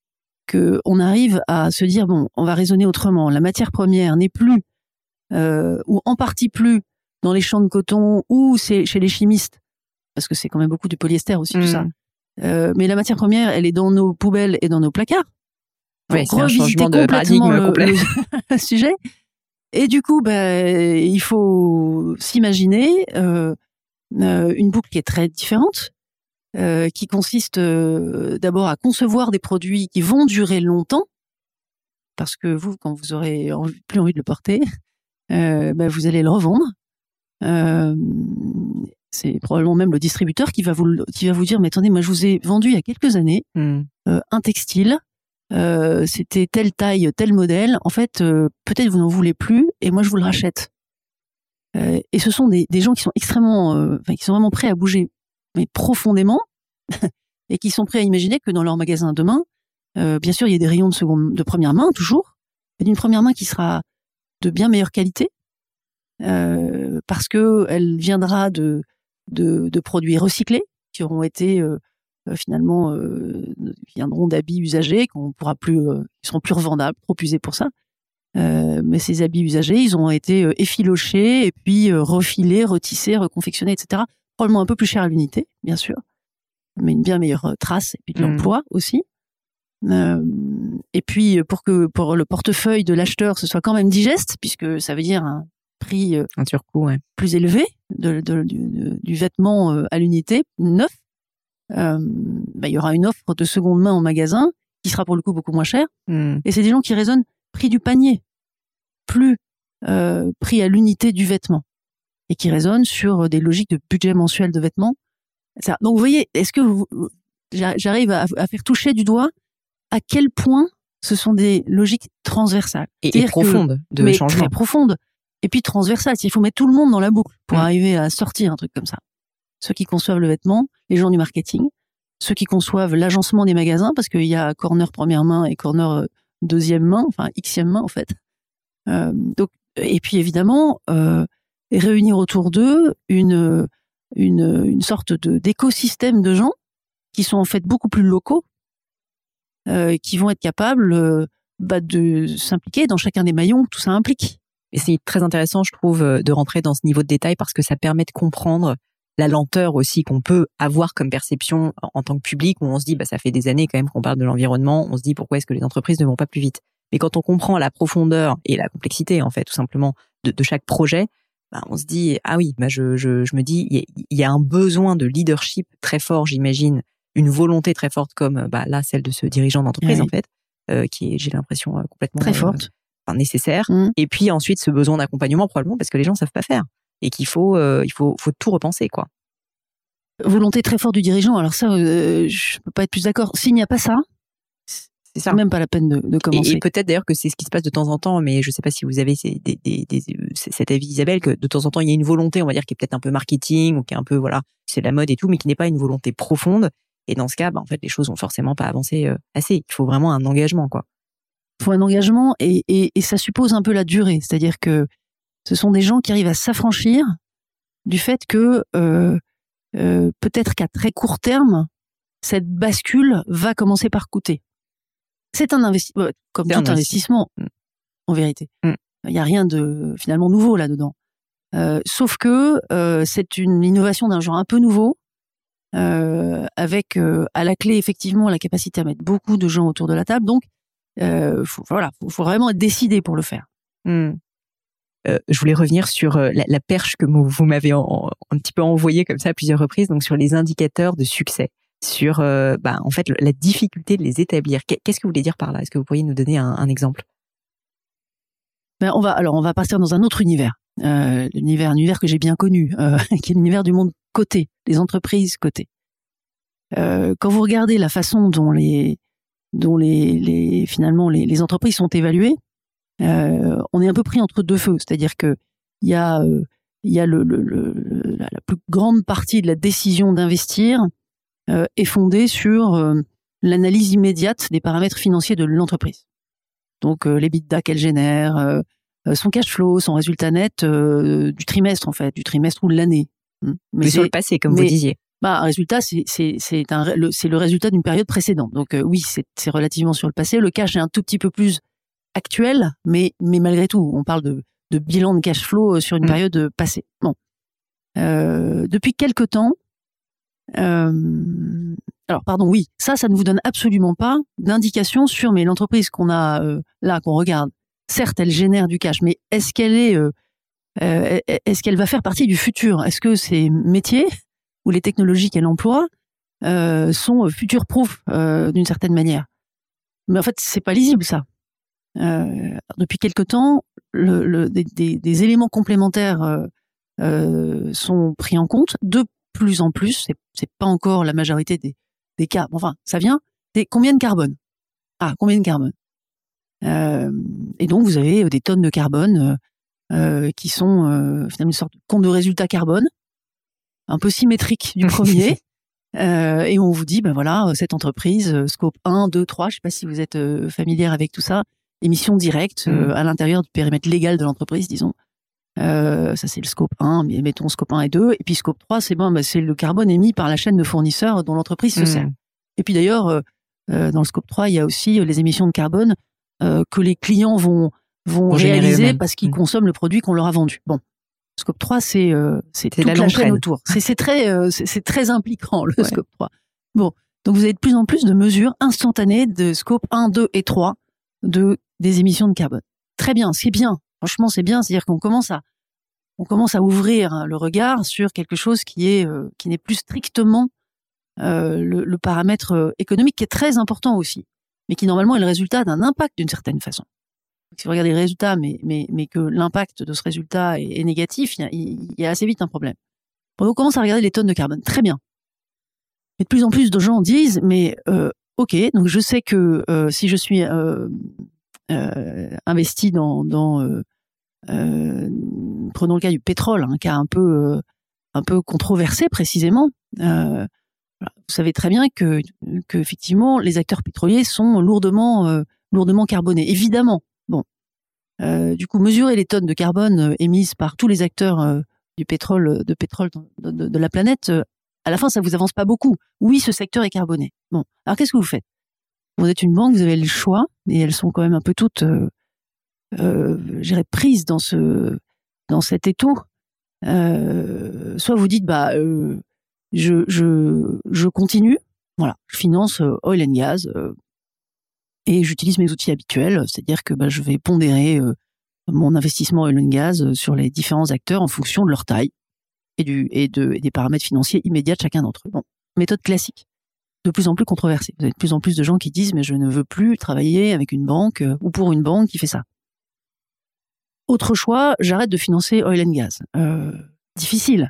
Speaker 3: que on arrive à se dire bon, on va raisonner autrement. La matière première n'est plus Euh, ou en partie plus dans les champs de coton ou c'est chez les chimistes, parce que c'est quand même beaucoup du polyester aussi, mmh. tout ça. Euh, mais la matière première, elle est dans nos poubelles et dans nos placards.
Speaker 2: Oui, c'est un changement de paradigme
Speaker 3: le,
Speaker 2: complet.
Speaker 3: Le sujet. Et du coup, ben, il faut s'imaginer euh, euh, une boucle qui est très différente, euh, qui consiste euh, d'abord à concevoir des produits qui vont durer longtemps, parce que vous, quand vous aurez envie, plus envie de le porter, Euh, bah, vous allez le revendre. Euh, c'est probablement même le distributeur qui va vous qui va vous dire mais attendez, moi je vous ai vendu il y a quelques années mm. euh, un textile, euh, c'était telle taille, tel modèle. En fait, euh, peut-être vous n'en voulez plus et moi je vous le rachète. Euh, et ce sont des, des gens qui sont extrêmement, euh, enfin qui sont vraiment prêts à bouger, mais profondément, et qui sont prêts à imaginer que dans leur magasin demain, euh, bien sûr il y a des rayons de seconde, de première main toujours, mais d'une première main qui sera de bien meilleure qualité, euh, parce que elle viendra de, de de produits recyclés qui auront été euh, finalement euh, viendront d'habits usagés qu'on pourra plus, euh, qui seront plus revendables, trop usés pour ça. Euh, mais ces habits usagés, ils ont été euh, effilochés et puis euh, refilés, retissés, reconfectionnés, et cetera. Probablement un peu plus cher à l'unité, bien sûr, mais une bien meilleure trace et puis de mmh. l'emploi aussi. Euh, et puis pour que pour le portefeuille de l'acheteur ce soit quand même digeste, puisque ça veut dire un prix euh,
Speaker 2: un surcoût ouais.
Speaker 3: plus élevé de, de, du, de, du vêtement euh, à l'unité neuf, euh, bah, il y aura une offre de seconde main en magasin qui sera pour le coup beaucoup moins chère. Mm. Et c'est des gens qui raisonnent prix du panier, plus euh, prix à l'unité du vêtement, et qui raisonnent sur des logiques de budget mensuel de vêtements. Ça. Donc vous voyez, est-ce que vous, j'arrive à, à faire toucher du doigt à quel point ce sont des logiques transversales.
Speaker 2: Et, et profondes
Speaker 3: que,
Speaker 2: de
Speaker 3: mais
Speaker 2: changement.
Speaker 3: Très profondes. Et puis transversales. Il faut mettre tout le monde dans la boucle pour mmh. arriver à sortir un truc comme ça. Ceux qui conçoivent le vêtement, les gens du marketing, ceux qui conçoivent l'agencement des magasins, parce qu'il y a corner première main et corner deuxième main, enfin xème main en fait. Euh, donc, et puis évidemment, euh, réunir autour d'eux une, une, une sorte de, d'écosystème de gens qui sont en fait beaucoup plus locaux, euh, qui vont être capables euh, bah, de s'impliquer dans chacun des maillons que tout ça implique.
Speaker 2: Et c'est très intéressant, je trouve, de rentrer dans ce niveau de détail parce que ça permet de comprendre la lenteur aussi qu'on peut avoir comme perception en tant que public, où on se dit, bah, ça fait des années quand même qu'on parle de l'environnement, on se dit pourquoi est-ce que les entreprises ne vont pas plus vite. Mais quand on comprend la profondeur et la complexité, en fait, tout simplement, de, de chaque projet, bah, on se dit, ah oui, bah, je, je, je me dis, il y, y a un besoin de leadership très fort, j'imagine, une volonté très forte comme bah, là, celle de ce dirigeant d'entreprise, oui. en fait, euh, qui est, j'ai l'impression, euh, complètement...
Speaker 3: Très forte.
Speaker 2: Euh, enfin, nécessaire.
Speaker 3: Mmh.
Speaker 2: Et puis ensuite, ce besoin d'accompagnement, probablement, parce que les gens ne savent pas faire. Et qu'il faut, euh, il faut, faut tout repenser, quoi.
Speaker 3: Volonté très forte du dirigeant. Alors ça, euh, je peux pas être plus d'accord. S'il n'y a pas ça, c'est ça. Même pas la peine de, de commencer.
Speaker 2: Et, et peut-être d'ailleurs que c'est ce qui se passe de temps en temps, mais je sais pas si vous avez ces, des, des, des, cet avis, Isabelle, que de temps en temps il y a une volonté, on va dire, qui est peut-être un peu marketing ou qui est un peu, voilà, c'est la mode et tout, mais qui n'est pas une volonté profonde. Et dans ce cas, bah, en fait, les choses vont forcément pas avancer euh, assez. Il faut vraiment un engagement, quoi.
Speaker 3: Il faut un engagement et, et, et ça suppose un peu la durée. C'est-à-dire que ce sont des gens qui arrivent à s'affranchir du fait que euh, euh, peut-être qu'à très court terme, cette bascule va commencer par coûter. C'est un investissement, comme
Speaker 2: c'est
Speaker 3: tout
Speaker 2: un
Speaker 3: investissement,
Speaker 2: mmh.
Speaker 3: en vérité.
Speaker 2: Mmh.
Speaker 3: Il n'y a rien de finalement nouveau là-dedans. Euh, sauf que euh, c'est une innovation d'un genre un peu nouveau, euh, avec euh, à la clé effectivement la capacité à mettre beaucoup de gens autour de la table. Donc, euh, faut, voilà, faut, faut vraiment être décidé pour le faire.
Speaker 2: Mmh. Euh, je voulais revenir sur euh, la, la perche que vous, vous m'avez en, en, un petit peu envoyée comme ça à plusieurs reprises, donc sur les indicateurs de succès, sur euh, bah, en fait la difficulté de les établir. Qu'est-ce que vous voulez dire par là? Est-ce que vous pourriez nous donner un, un exemple?
Speaker 3: Ben, on va alors on va partir dans un autre univers, euh, l'univers, un univers que j'ai bien connu, euh, qui est l'univers du monde coté, des entreprises cotées. Euh, quand vous regardez la façon dont les dont les, les finalement les, les entreprises sont évaluées, euh, on est un peu pris entre deux feux, c'est-à-dire que il y a euh, il y a le, le, le la, la plus grande partie de la décision d'investir euh, est fondée sur euh, l'analyse immédiate des paramètres financiers de l'entreprise. Donc euh, l'EBITDA qu'elle génère, euh, son cash flow, son résultat net euh, du trimestre en fait, du trimestre ou de l'année.
Speaker 2: Mais sur le passé, comme mais, vous disiez.
Speaker 3: Bah, un résultat, c'est c'est c'est un le, c'est le résultat d'une période précédente. Donc euh, oui, c'est c'est relativement sur le passé. Le cash est un tout petit peu plus actuel, mais mais malgré tout, on parle de de bilan de cash flow sur une mmh. période passée. Bon, euh, depuis quelque temps. Euh, alors pardon, oui, ça, ça ne vous donne absolument pas d'indication sur mais l'entreprise qu'on a euh, là, qu'on regarde. Certes, elle génère du cash, mais est-ce qu'elle est, euh, euh, est-ce qu'elle va faire partie du futur? Est-ce que ces métiers ou les technologies qu'elle emploie euh, sont future-proof euh, d'une certaine manière? Mais en fait, c'est pas lisible ça. Euh, depuis quelque temps, le, le, des, des, des éléments complémentaires euh, euh, sont pris en compte de plus en plus. C'est, c'est pas encore la majorité des, des cas. Enfin, ça vient des combien de carbone? Ah, combien de carbone? Euh, et donc, vous avez des tonnes de carbone euh, euh, qui sont euh, finalement une sorte de compte de résultat carbone, un peu symétrique du premier. euh, et on vous dit, ben voilà, cette entreprise, euh, scope un, deux, trois, je sais pas si vous êtes euh, familière avec tout ça, émissions directes euh, mmh. à l'intérieur du périmètre légal de l'entreprise, disons. Euh, ça, c'est le scope un, mais mettons scope un et deux. Et puis scope trois, c'est bon, ben, c'est le carbone émis par la chaîne de fournisseurs dont l'entreprise se mmh. sert. Et puis d'ailleurs, euh, euh, dans le scope trois, il y a aussi les émissions de carbone euh, que les clients vont, vont réaliser parce qu'ils mmh. consomment le produit qu'on leur a vendu. Bon. Scope trois, c'est, euh, c'est, c'est toute la, la chaîne autour. C'est, c'est, très, euh, c'est, c'est très impliquant, le ouais. scope trois. Bon. Donc, vous avez de plus en plus de mesures instantanées de scope un, deux et trois de, des émissions de carbone. Très bien. C'est bien. Franchement, c'est bien. C'est-à-dire qu'on commence à, on commence à ouvrir le regard sur quelque chose qui est, euh, qui n'est plus strictement, euh, le, le paramètre économique qui est très important aussi, mais qui normalement est le résultat d'un impact d'une certaine façon. Si vous regardez les résultats, mais, mais, mais que l'impact de ce résultat est, est négatif, il y, a, il y a assez vite un problème. Bon, on commence à regarder les tonnes de carbone. Très bien. Et de plus en plus de gens disent, mais euh, ok, donc je sais que euh, si je suis euh, euh, investi dans, dans euh, euh, prenons le cas du pétrole, un cas un peu, euh, un peu controversé précisément. Euh, vous savez très bien que, que effectivement, les acteurs pétroliers sont lourdement euh, lourdement carbonée. Évidemment, bon, euh, du coup, mesurer les tonnes de carbone euh, émises par tous les acteurs euh, du pétrole, de pétrole de, de, de la planète, euh, à la fin, ça vous avance pas beaucoup. Oui, ce secteur est carboné. Bon, alors qu'est-ce que vous faites? Vous êtes une banque, vous avez le choix, et elles sont quand même un peu toutes, euh, euh, je dirais, prises dans ce, dans cet étau. Euh, soit vous dites, bah, euh, je, je, je continue, voilà, je finance euh, oil and gas euh, et j'utilise mes outils habituels, c'est-à-dire que bah, je vais pondérer euh, mon investissement oil and gas euh, sur les différents acteurs en fonction de leur taille et du et de et des paramètres financiers immédiats de chacun d'entre eux. Bon, méthode classique, de plus en plus controversée. Vous avez de plus en plus de gens qui disent, mais je ne veux plus travailler avec une banque euh, ou pour une banque qui fait ça. Autre choix, j'arrête de financer oil and gas. Euh, difficile.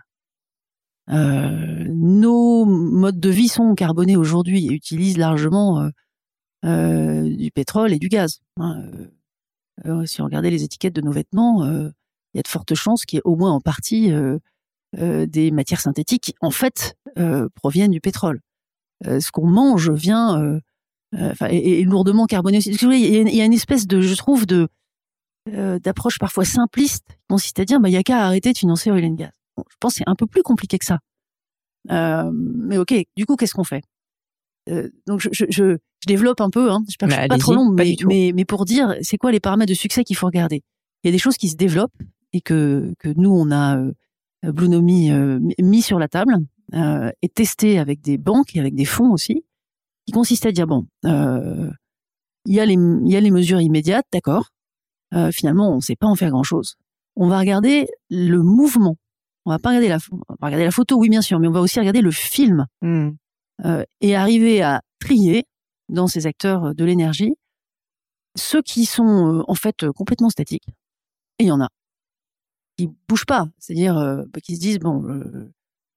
Speaker 3: Euh, nos modes de vie sont carbonés aujourd'hui et utilisent largement euh, euh, du pétrole et du gaz. Hein. Euh, si on regardait les étiquettes de nos vêtements, il euh, y a de fortes chances qu'il y ait au moins en partie euh, euh, des matières synthétiques qui, en fait, euh, proviennent du pétrole. Euh, ce qu'on mange vient euh, euh, est, est lourdement carboné aussi. Il y, a, il y a une espèce de, je trouve, de Euh, d'approche parfois simpliste qui consiste à dire bah il y a qu'à arrêter de financer oil and gas. Bon, je pense que c'est un peu plus compliqué que ça. Euh, mais ok, du coup qu'est-ce qu'on fait? euh, Donc je, je, je, je développe un peu, hein. J'espère que bah, je suis pas trop long, mais, mais mais pour dire c'est quoi les paramètres de succès qu'il faut regarder. Il y a des choses qui se développent et que que nous on a euh, Bluenomie euh, mis sur la table euh, et testé avec des banques et avec des fonds aussi, qui consiste à dire bon euh, il y a les il y a les mesures immédiates, d'accord. Euh, finalement, on ne sait pas en faire grand-chose. On va regarder le mouvement. On va pas regarder la, on va regarder la photo, oui bien sûr, mais on va aussi regarder le film mm. euh, et arriver à trier dans ces acteurs de l'énergie ceux qui sont euh, en fait complètement statiques. Et il y en a qui bougent pas, c'est-à-dire euh, qui se disent bon, euh,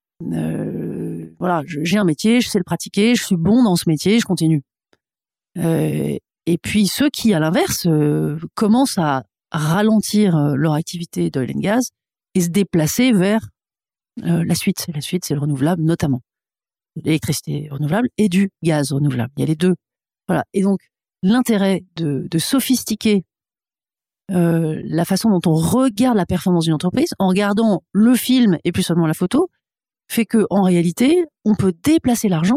Speaker 3: euh, voilà, j'ai un métier, je sais le pratiquer, je suis bon dans ce métier, je continue. Euh, Et puis ceux qui, à l'inverse, euh, commencent à ralentir euh, leur activité d'oil and gas et se déplacer vers euh, la suite. La suite, c'est le renouvelable, notamment l'électricité renouvelable et du gaz renouvelable. Il y a les deux. Voilà. Et donc, l'intérêt de, de sophistiquer euh, la façon dont on regarde la performance d'une entreprise en regardant le film et plus seulement la photo fait que, en réalité, on peut déplacer l'argent,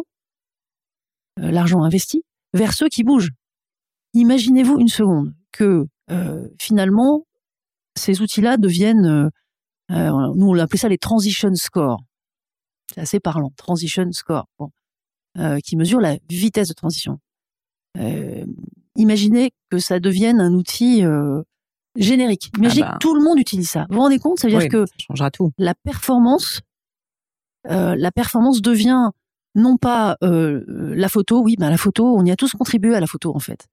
Speaker 3: euh, l'argent investi, vers ceux qui bougent. Imaginez-vous une seconde que euh, finalement ces outils-là deviennent, euh, euh, nous on appelait ça les transition scores. C'est assez parlant, transition score, bon, euh, qui mesure la vitesse de transition. Euh, imaginez que ça devienne un outil euh, générique. Imaginez ah bah. que tout le monde utilise ça. Vous vous rendez compte? Ça veut oui, dire que
Speaker 1: ça changera tout.
Speaker 3: La performance, euh, la performance devient non pas euh, la photo. Oui, ben la photo, on y a tous contribué à la photo en fait.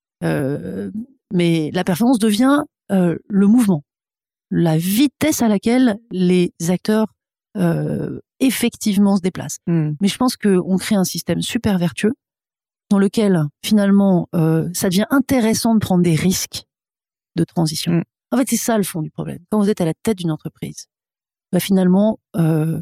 Speaker 3: Euh, mais la performance devient euh, le mouvement, la vitesse à laquelle les acteurs euh, effectivement se déplacent. Mm. Mais je pense qu'on crée un système super vertueux dans lequel finalement euh, ça devient intéressant de prendre des risques de transition. Mm. En fait, c'est ça le fond du problème. Quand vous êtes à la tête d'une entreprise, bah, finalement, euh,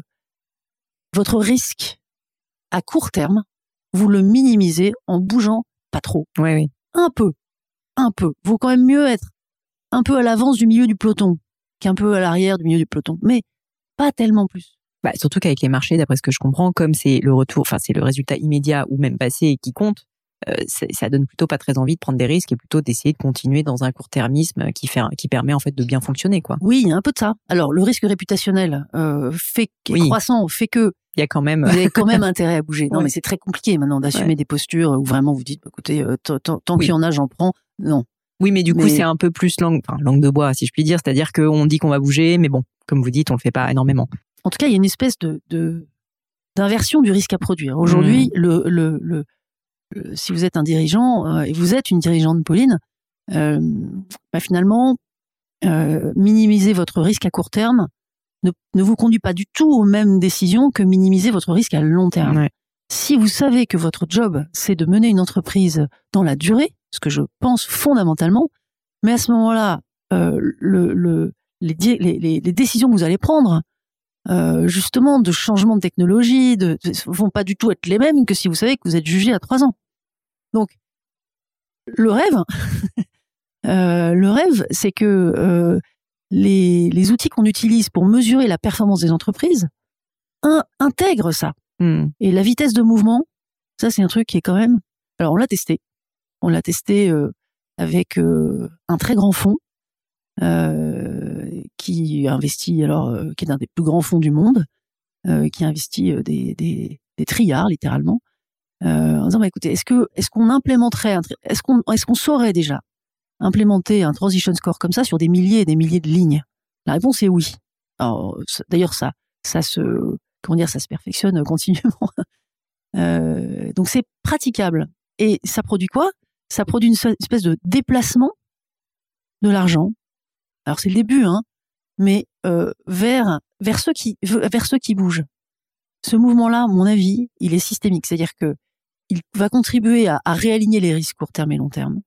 Speaker 3: votre risque à court terme, vous le minimisez en bougeant pas trop.
Speaker 1: Oui, oui.
Speaker 3: Un peu, un peu. Vaut quand même mieux être un peu à l'avance du milieu du peloton qu'un peu à l'arrière du milieu du peloton, mais pas tellement plus.
Speaker 1: Bah, surtout qu'avec les marchés, d'après ce que je comprends, comme c'est le retour, enfin c'est le résultat immédiat ou même passé qui compte, euh, ça donne plutôt pas très envie de prendre des risques et plutôt d'essayer de continuer dans un court-termisme qui fait, qui permet en fait de bien fonctionner, quoi.
Speaker 3: Oui, il y a un peu de ça. Alors le risque réputationnel euh, fait oui. croissant fait que
Speaker 1: il y a quand même
Speaker 3: vous avez quand même intérêt à bouger. Non, oui. mais c'est très compliqué maintenant d'assumer ouais. des postures où vraiment vous dites, écoutez, euh, tant oui. qu'il y en a, j'en prends. Non.
Speaker 1: Oui, mais du mais... coup, c'est un peu plus langue, enfin, langue de bois, si je puis dire. C'est-à-dire qu'on dit qu'on va bouger, mais bon, comme vous dites, on le fait pas énormément.
Speaker 3: En tout cas, il y a une espèce de, de d'inversion du risque à produire. Aujourd'hui, mmh. le, le, le, le, si vous êtes un dirigeant, euh, et vous êtes une dirigeante, Pauline, euh, bah, finalement, euh, minimiser votre risque à court terme ne, ne vous conduit pas du tout aux mêmes décisions que minimiser votre risque à long terme. Ouais. Si vous savez que votre job, c'est de mener une entreprise dans la durée, ce que je pense fondamentalement, mais à ce moment-là, euh, le, le, les, les, les décisions que vous allez prendre, euh, justement, de changement de technologie, de, de, vont pas du tout être les mêmes que si vous savez que vous êtes jugé à trois ans. Donc, le rêve, euh, le rêve, c'est que euh, les, les outils qu'on utilise pour mesurer la performance des entreprises in, intègrent ça.
Speaker 2: Mm.
Speaker 3: Et la vitesse de mouvement, ça c'est un truc qui est quand même... Alors on l'a testé. On l'a testé euh, avec euh, un très grand fonds euh, qui investit, alors, euh, qui est un des plus grands fonds du monde, euh, qui investit euh, des, des, des trilliards, littéralement, euh, en disant, bah, écoutez, est-ce que, est-ce qu'on implémenterait, un, est-ce qu'on, est-ce qu'on saurait déjà implémenter un transition score comme ça sur des milliers et des milliers de lignes? La réponse est oui. Alors, d'ailleurs, ça, ça se, comment dire, ça se perfectionne continuellement. euh, donc, c'est praticable. Et ça produit quoi? Ça produit une espèce de déplacement de l'argent. Alors, c'est le début, hein, mais euh, vers, vers, ceux qui, vers ceux qui bougent. Ce mouvement-là, à mon avis, il est systémique. C'est-à-dire que il va contribuer à, à réaligner les risques court terme et long terme.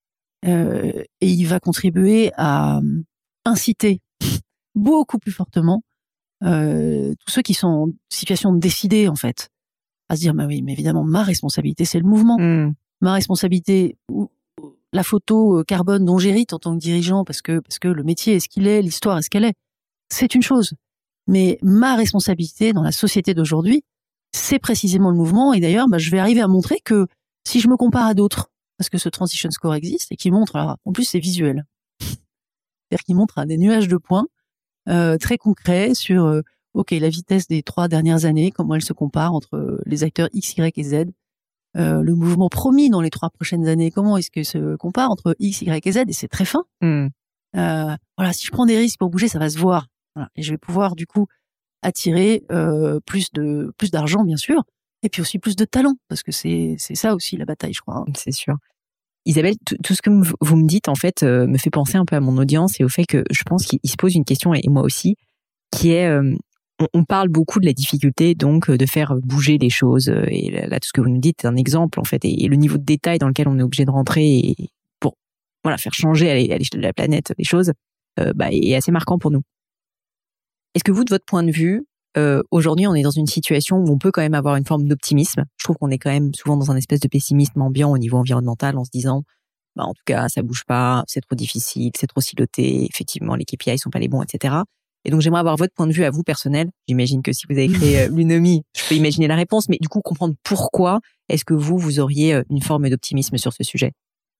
Speaker 3: Euh, et il va contribuer à inciter beaucoup plus fortement euh, tous ceux qui sont en situation de décider, en fait, à se dire, bah oui, mais évidemment, ma responsabilité, c'est le mouvement.
Speaker 2: Mm.
Speaker 3: Ma responsabilité, ou la photo carbone dont j'hérite en tant que dirigeant, parce que, parce que le métier est ce qu'il est, l'histoire est ce qu'elle est, c'est une chose. Mais ma responsabilité dans la société d'aujourd'hui, c'est précisément le mouvement. Et d'ailleurs, bah, je vais arriver à montrer que si je me compare à d'autres, parce que ce transition score existe et qui montre, alors, en plus c'est visuel, c'est-à-dire qu'il montre des nuages de points euh, très concrets sur euh, ok, la vitesse des trois dernières années, comment elle se compare entre les acteurs X, Y et Z, euh, le mouvement promis dans les trois prochaines années, comment est-ce que se compare entre X, Y et Z, et c'est très fin.
Speaker 2: Mm.
Speaker 3: Euh, voilà, si je prends des risques pour bouger, ça va se voir. Voilà. Et je vais pouvoir du coup attirer euh, plus de plus d'argent, bien sûr, et puis aussi plus de talent, parce que c'est c'est ça aussi la bataille, je crois. Hein.
Speaker 2: C'est sûr. Isabelle, tout, tout ce que vous me dites en fait euh, me fait penser un peu à mon audience et au fait que je pense qu'il se pose une question, et moi aussi, qui est euh, on, on parle beaucoup de la difficulté donc de faire bouger les choses, et là tout ce que vous nous dites est un exemple en fait, et, et le niveau de détail dans lequel on est obligé de rentrer et pour voilà faire changer à l'échelle de la planète les choses euh, bah, est assez marquant pour nous. Est-ce que vous, de votre point de vue, euh, aujourd'hui, on est dans une situation où on peut quand même avoir une forme d'optimisme? Je trouve qu'on est quand même souvent dans un espèce de pessimisme ambiant au niveau environnemental, en se disant, bah, en tout cas, ça bouge pas, c'est trop difficile, c'est trop siloté, effectivement, les K P I sont pas les bons, et cetera. Et donc, j'aimerais avoir votre point de vue à vous personnel. J'imagine que si vous avez créé euh, l'Unomi, je peux imaginer la réponse, mais du coup, comprendre pourquoi est-ce que vous, vous auriez une forme d'optimisme sur ce sujet?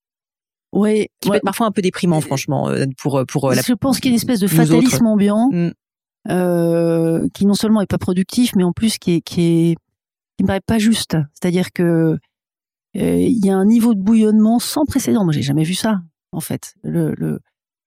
Speaker 3: Ouais,
Speaker 2: qui
Speaker 3: ouais.
Speaker 2: peut être parfois un peu déprimant, franchement, pour pour. La...
Speaker 3: Je pense qu'il y a une espèce de fatalisme ambiant. Mm. Euh, qui non seulement est pas productif, mais en plus qui est qui est qui me paraît pas juste. C'est-à-dire que il euh, y a un niveau de bouillonnement sans précédent. Moi, j'ai jamais vu ça. En fait, le le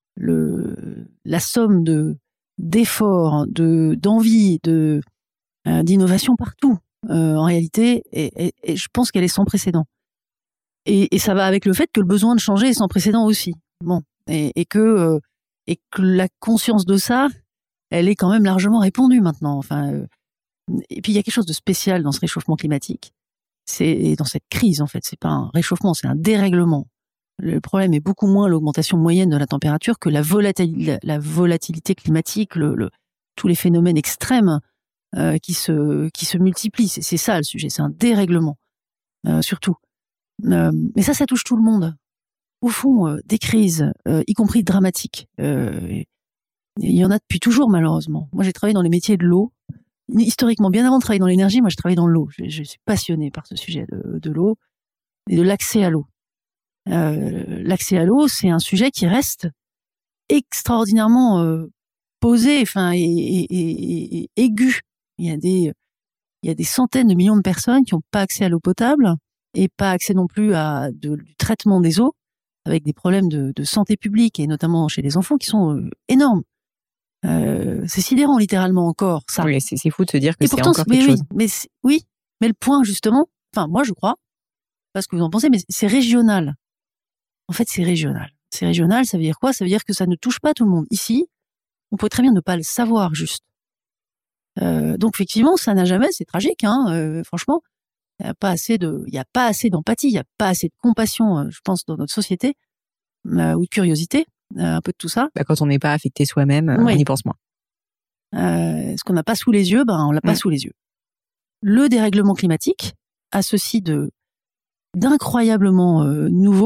Speaker 3: le la somme de d'efforts, de d'envie, de euh, d'innovation partout. Euh, en réalité, et, et, et je pense qu'elle est sans précédent. Et, et ça va avec le fait que le besoin de changer est sans précédent aussi. Bon, et, et que euh, et que la conscience de ça, elle est quand même largement répandue maintenant. Enfin, euh, et puis il y a quelque chose de spécial dans ce réchauffement climatique. C'est dans cette crise en fait. C'est pas un réchauffement, c'est un dérèglement. Le problème est beaucoup moins l'augmentation moyenne de la température que la volatilité, la volatilité climatique, le, le, tous les phénomènes extrêmes euh, qui se qui se multiplient. C'est, c'est ça le sujet. C'est un dérèglement euh, surtout. Euh, mais ça, ça touche tout le monde. Au fond, euh, des crises, euh, y compris dramatiques. Euh, Il y en a depuis toujours, malheureusement. Moi, j'ai travaillé dans les métiers de l'eau. Historiquement, bien avant de travailler dans l'énergie, moi, je travaillais dans l'eau. Je, je suis passionnée par ce sujet de, de l'eau et de l'accès à l'eau. Euh, l'accès à l'eau, c'est un sujet qui reste extraordinairement euh, posé, enfin, et, et, et, et aigu. Il y a des, il y a des centaines de millions de personnes qui n'ont pas accès à l'eau potable et pas accès non plus à de, du traitement des eaux, avec des problèmes de, de santé publique et notamment chez les enfants qui sont euh, énormes. Euh, c'est sidérant littéralement encore ça.
Speaker 2: Oui, c'est, c'est fou de se dire que
Speaker 3: et
Speaker 2: c'est
Speaker 3: pourtant,
Speaker 2: encore
Speaker 3: mais
Speaker 2: quelque
Speaker 3: oui,
Speaker 2: chose.
Speaker 3: Mais oui, mais le point justement, enfin moi je crois, pas ce que vous en pensez, mais c'est régional. En fait, c'est régional. C'est régional, ça veut dire quoi? Ça veut dire que ça ne touche pas tout le monde. Ici, on pourrait très bien ne pas le savoir juste. Euh, donc effectivement, ça n'a jamais, c'est tragique, hein. Euh, franchement, il y a pas assez de, il y a pas assez d'empathie, il y a pas assez de compassion, euh, je pense, dans notre société, euh, ou de curiosité. Euh, un peu de tout ça.
Speaker 2: Bah, quand on n'est pas affecté soi-même, oui. On y pense moins.
Speaker 3: Euh, ce qu'on n'a pas sous les yeux, ben on l'a pas mmh. sous les yeux. Le dérèglement climatique a ceci de d'incroyablement euh, nouveau,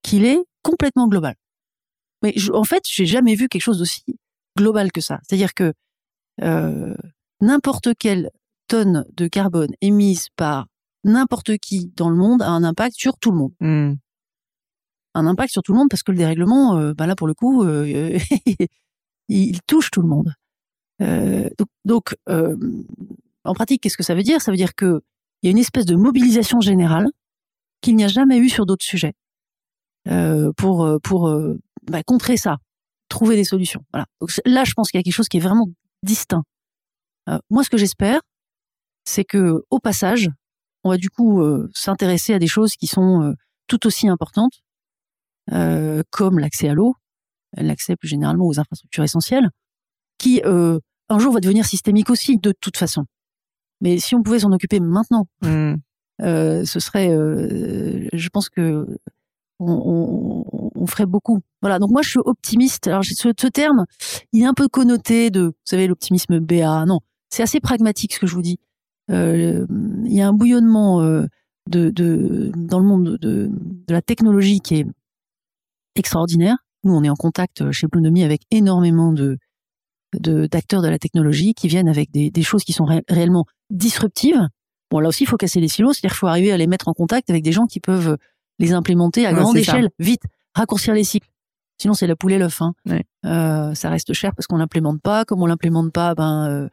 Speaker 3: qu'il est complètement global. Mais je, en fait, j'ai jamais vu quelque chose d'aussi global que ça. C'est-à-dire que euh, n'importe quelle tonne de carbone émise par n'importe qui dans le monde a un impact sur tout le monde.
Speaker 2: Mmh.
Speaker 3: Un impact sur tout le monde parce que le dérèglement, euh, bah là pour le coup, euh, il touche tout le monde. Euh, donc, donc euh, en pratique, qu'est-ce que ça veut dire ? Ça veut dire que il y a une espèce de mobilisation générale qu'il n'y a jamais eu sur d'autres sujets euh, pour pour euh, bah, contrer ça, trouver des solutions. Voilà. Donc là, je pense qu'il y a quelque chose qui est vraiment distinct. Euh, moi, ce que j'espère, c'est que au passage, on va du coup euh, s'intéresser à des choses qui sont euh, tout aussi importantes, euh, comme l'accès à l'eau, l'accès plus généralement aux infrastructures essentielles, qui euh, un jour va devenir systémique aussi, de toute façon. Mais si on pouvait s'en occuper maintenant,
Speaker 2: mmh.
Speaker 3: euh, ce serait, euh, je pense que on, on, on ferait beaucoup. Voilà. Donc moi, je suis optimiste. Alors ce, ce terme, il est un peu connoté de, vous savez, l'optimisme B A. Non, c'est assez pragmatique ce que je vous dis. Euh, il y a un bouillonnement euh, de, de dans le monde de, de la technologie qui est extraordinaire. Nous, on est en contact chez Bloonomy avec énormément de De, d'acteurs de la technologie qui viennent avec des, des choses qui sont ré- réellement disruptives. Bon, là aussi, il faut casser les silos, c'est-à-dire qu'il faut arriver à les mettre en contact avec des gens qui peuvent les implémenter à
Speaker 2: ouais,
Speaker 3: grande
Speaker 2: c'est
Speaker 3: échelle,
Speaker 2: ça.
Speaker 3: vite, raccourcir les cycles. Sinon, c'est la poule et l'œuf. Hein.
Speaker 2: Ouais.
Speaker 3: Euh, ça reste cher parce qu'on l'implémente pas. Comme on l'implémente pas, ben, euh,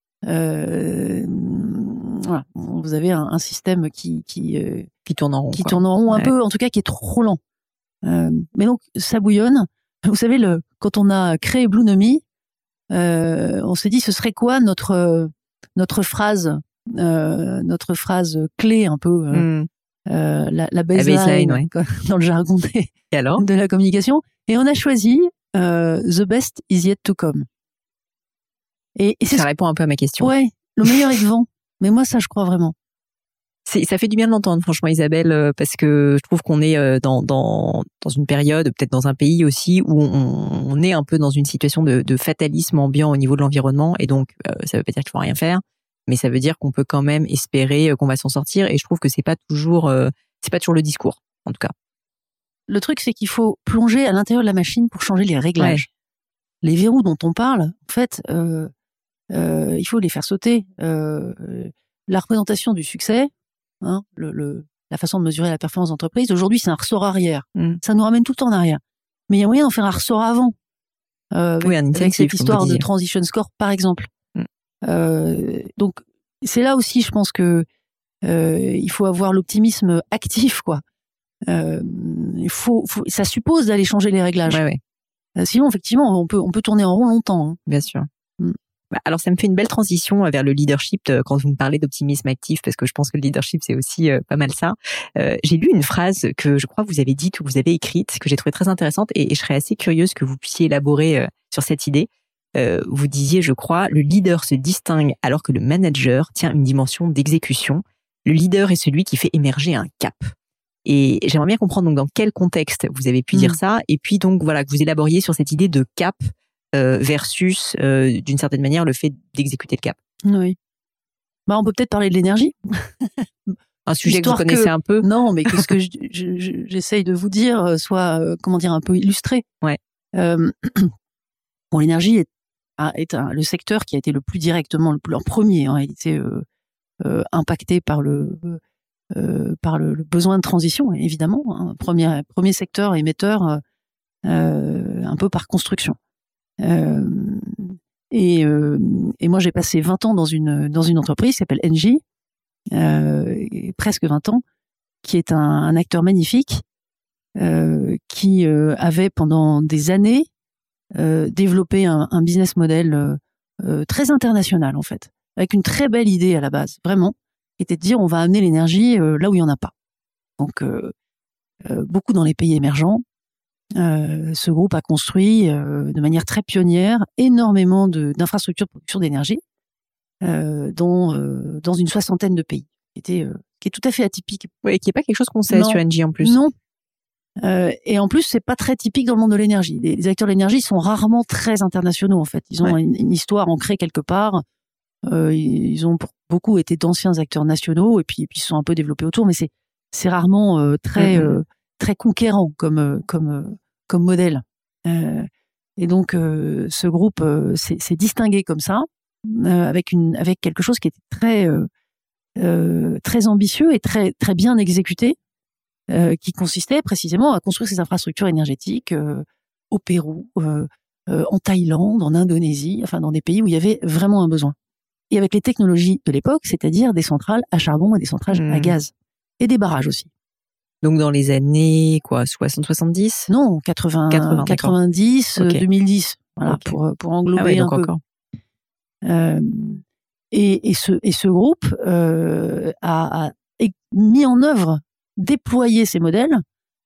Speaker 3: euh, voilà, vous avez un, un système qui qui euh,
Speaker 2: qui tourne en rond,
Speaker 3: qui
Speaker 2: quoi.
Speaker 3: tourne en rond un
Speaker 2: ouais.
Speaker 3: peu, en tout cas, qui est trop lent. Euh, mais donc, ça bouillonne. Vous savez, le, quand on a créé Bloonomy, Euh, on s'est dit ce serait quoi notre euh, notre phrase euh, notre phrase clé un peu euh,
Speaker 2: mmh.
Speaker 3: euh, la, la baseline,
Speaker 2: la baseline ouais.
Speaker 3: quoi, dans le jargon des,
Speaker 2: Et alors
Speaker 3: de la communication, et on a choisi euh, the best is yet to come. Et, et c'est
Speaker 2: ça
Speaker 3: ce...
Speaker 2: répond un peu à ma question.
Speaker 3: Ouais, le meilleur est devant. Mais moi ça je crois vraiment.
Speaker 2: C'est, ça fait du bien de l'entendre, franchement, Isabelle, parce que je trouve qu'on est dans, dans, dans une période, peut-être dans un pays aussi, où on, on est un peu dans une situation de, de fatalisme ambiant au niveau de l'environnement. Et donc, euh, ça veut pas dire qu'il faut rien faire, mais ça veut dire qu'on peut quand même espérer qu'on va s'en sortir. Et je trouve que c'est pas toujours, euh, c'est pas toujours le discours, en tout cas.
Speaker 3: Le truc, c'est qu'il faut plonger à l'intérieur de la machine pour changer les réglages. Ouais. Les verrous dont on parle, en fait, euh, euh, il faut les faire sauter. Euh, la représentation du succès, Hein, le, le, la façon de mesurer la performance d'entreprise, aujourd'hui, c'est un ressort arrière. Mm. Ça nous ramène tout le temps en arrière. Mais il y a moyen d'en faire un ressort avant. Euh, avec,
Speaker 2: oui, un
Speaker 3: avec cette histoire de transition score, par exemple. Mm. Euh, donc, c'est là aussi, je pense que euh, il faut avoir l'optimisme actif, quoi. Euh, il faut, faut, ça suppose d'aller changer les réglages.
Speaker 2: Ouais, ouais.
Speaker 3: Euh, sinon, effectivement, on peut, on peut tourner en rond longtemps. Hein.
Speaker 2: Bien sûr. Mm. Alors, ça me fait une belle transition vers le leadership quand vous me parlez d'optimisme actif, parce que je pense que le leadership, c'est aussi euh, pas mal ça. Euh, j'ai lu une phrase que je crois que vous avez dite ou vous avez écrite, que j'ai trouvée très intéressante, et, et je serais assez curieuse que vous puissiez élaborer euh, sur cette idée. Euh, vous disiez, je crois, le leader se distingue alors que le manager tient une dimension d'exécution. Le leader est celui qui fait émerger un cap. Et j'aimerais bien comprendre donc dans quel contexte vous avez pu mmh. dire ça, et puis donc voilà que vous élaboriez sur cette idée de cap Euh, versus, euh, d'une certaine manière, le fait d'exécuter le cap.
Speaker 3: Oui. Bah, on peut peut-être parler de l'énergie.
Speaker 2: Un sujet Histoire que vous connaissez
Speaker 3: que...
Speaker 2: un peu.
Speaker 3: Non, mais qu'est-ce que je, je, je, j'essaye de vous dire soit, euh, comment dire, un peu illustré.
Speaker 2: Ouais.
Speaker 3: Euh, bon, l'énergie est, est un, le secteur qui a été le plus directement, le plus en premier, en réalité, euh, euh, impacté par le, euh, par le, le besoin de transition, évidemment. Hein. Premier, premier secteur émetteur, euh, un peu par construction. Euh, et, euh, et moi j'ai passé vingt ans dans une dans une entreprise qui s'appelle Engie, euh, presque vingt ans, qui est un, un acteur magnifique euh, qui euh, avait pendant des années euh, développé un, un business model euh, euh, très international en fait, avec une très belle idée à la base, vraiment, qui était de dire on va amener l'énergie euh, là où il y en a pas. Donc euh, euh, beaucoup dans les pays émergents. Euh, ce groupe a construit euh, de manière très pionnière énormément de, d'infrastructures de production d'énergie euh, dans, euh, dans une soixantaine de pays, qui, était, euh, qui est tout à fait atypique.
Speaker 2: Oui, qui n'est pas quelque chose qu'on sait non, sur Engie en plus.
Speaker 3: Non. Euh, et en plus, c'est pas très typique dans le monde de l'énergie. Les, les acteurs de l'énergie sont rarement très internationaux en fait. Ils ont ouais. une, une histoire ancrée quelque part. Euh, ils ont pour beaucoup été d'anciens acteurs nationaux et puis, et puis ils se sont un peu développés autour, mais c'est, c'est rarement euh, très... Mm-hmm. Euh, très conquérant comme comme comme modèle. Euh, et donc euh, ce groupe euh, s'est, s'est distingué comme ça, euh, avec une avec quelque chose qui était très euh, euh, très ambitieux et très très bien exécuté, euh, qui consistait précisément à construire ces infrastructures énergétiques euh, au Pérou, euh, euh, en Thaïlande, en Indonésie, enfin dans des pays où il y avait vraiment un besoin. Et avec les technologies de l'époque, c'est-à-dire des centrales à charbon et des centrales mmh. à gaz et des barrages aussi.
Speaker 2: Donc dans les années quoi, soixante soixante-dix?
Speaker 3: Non, quatre-vingts, quatre-vingts quatre-vingt-dix, okay. deux mille dix. Voilà, okay. pour pour englober ah ouais, un peu. Encore. Euh, et et ce et ce groupe euh, a, a mis en œuvre, déployé ces modèles,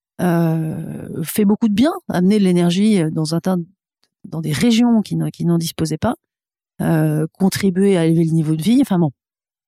Speaker 3: euh, fait beaucoup de bien, amené de l'énergie dans un tas, dans des régions qui qui n'en disposaient pas, euh, contribué à élever le niveau de vie. Enfin bon.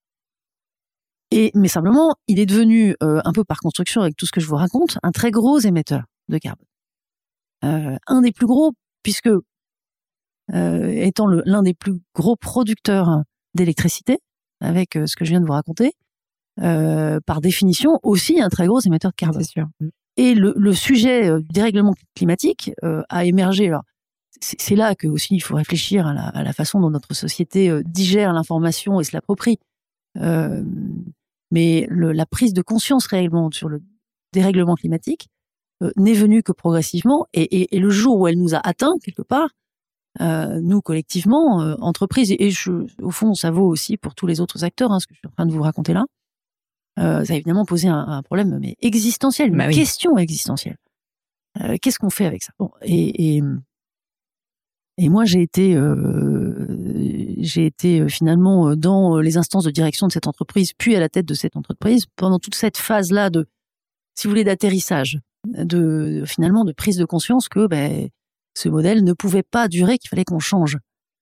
Speaker 3: Et, mais simplement, il est devenu, euh, un peu par construction avec tout ce que je vous raconte, un très gros émetteur de carbone. Euh, un des plus gros, puisque, euh, étant le, l'un des plus gros producteurs d'électricité, avec euh, ce que je viens de vous raconter, euh, par définition, aussi un très gros émetteur de carbone.
Speaker 2: C'est sûr.
Speaker 3: Et le, le sujet euh, du dérèglement climatique euh, a émergé. Alors, c'est, c'est là que aussi il faut réfléchir à la, à la façon dont notre société euh, digère l'information et se l'approprie. Euh, mais le, la prise de conscience réellement sur le dérèglement climatique euh, n'est venue que progressivement, et, et, et le jour où elle nous a atteints quelque part, euh, nous collectivement, euh, entreprises, et, et je, au fond ça vaut aussi pour tous les autres acteurs, hein, ce que je suis en train de vous raconter là, euh, ça a évidemment posé un, un problème mais existentiel, une bah oui. question existentielle. Euh, qu'est-ce qu'on fait avec ça? Bon, et, et Et moi, j'ai été, euh, j'ai été finalement dans les instances de direction de cette entreprise, puis à la tête de cette entreprise, pendant toute cette phase-là de, si vous voulez, d'atterrissage, de finalement de prise de conscience que ben, ce modèle ne pouvait pas durer, qu'il fallait qu'on change.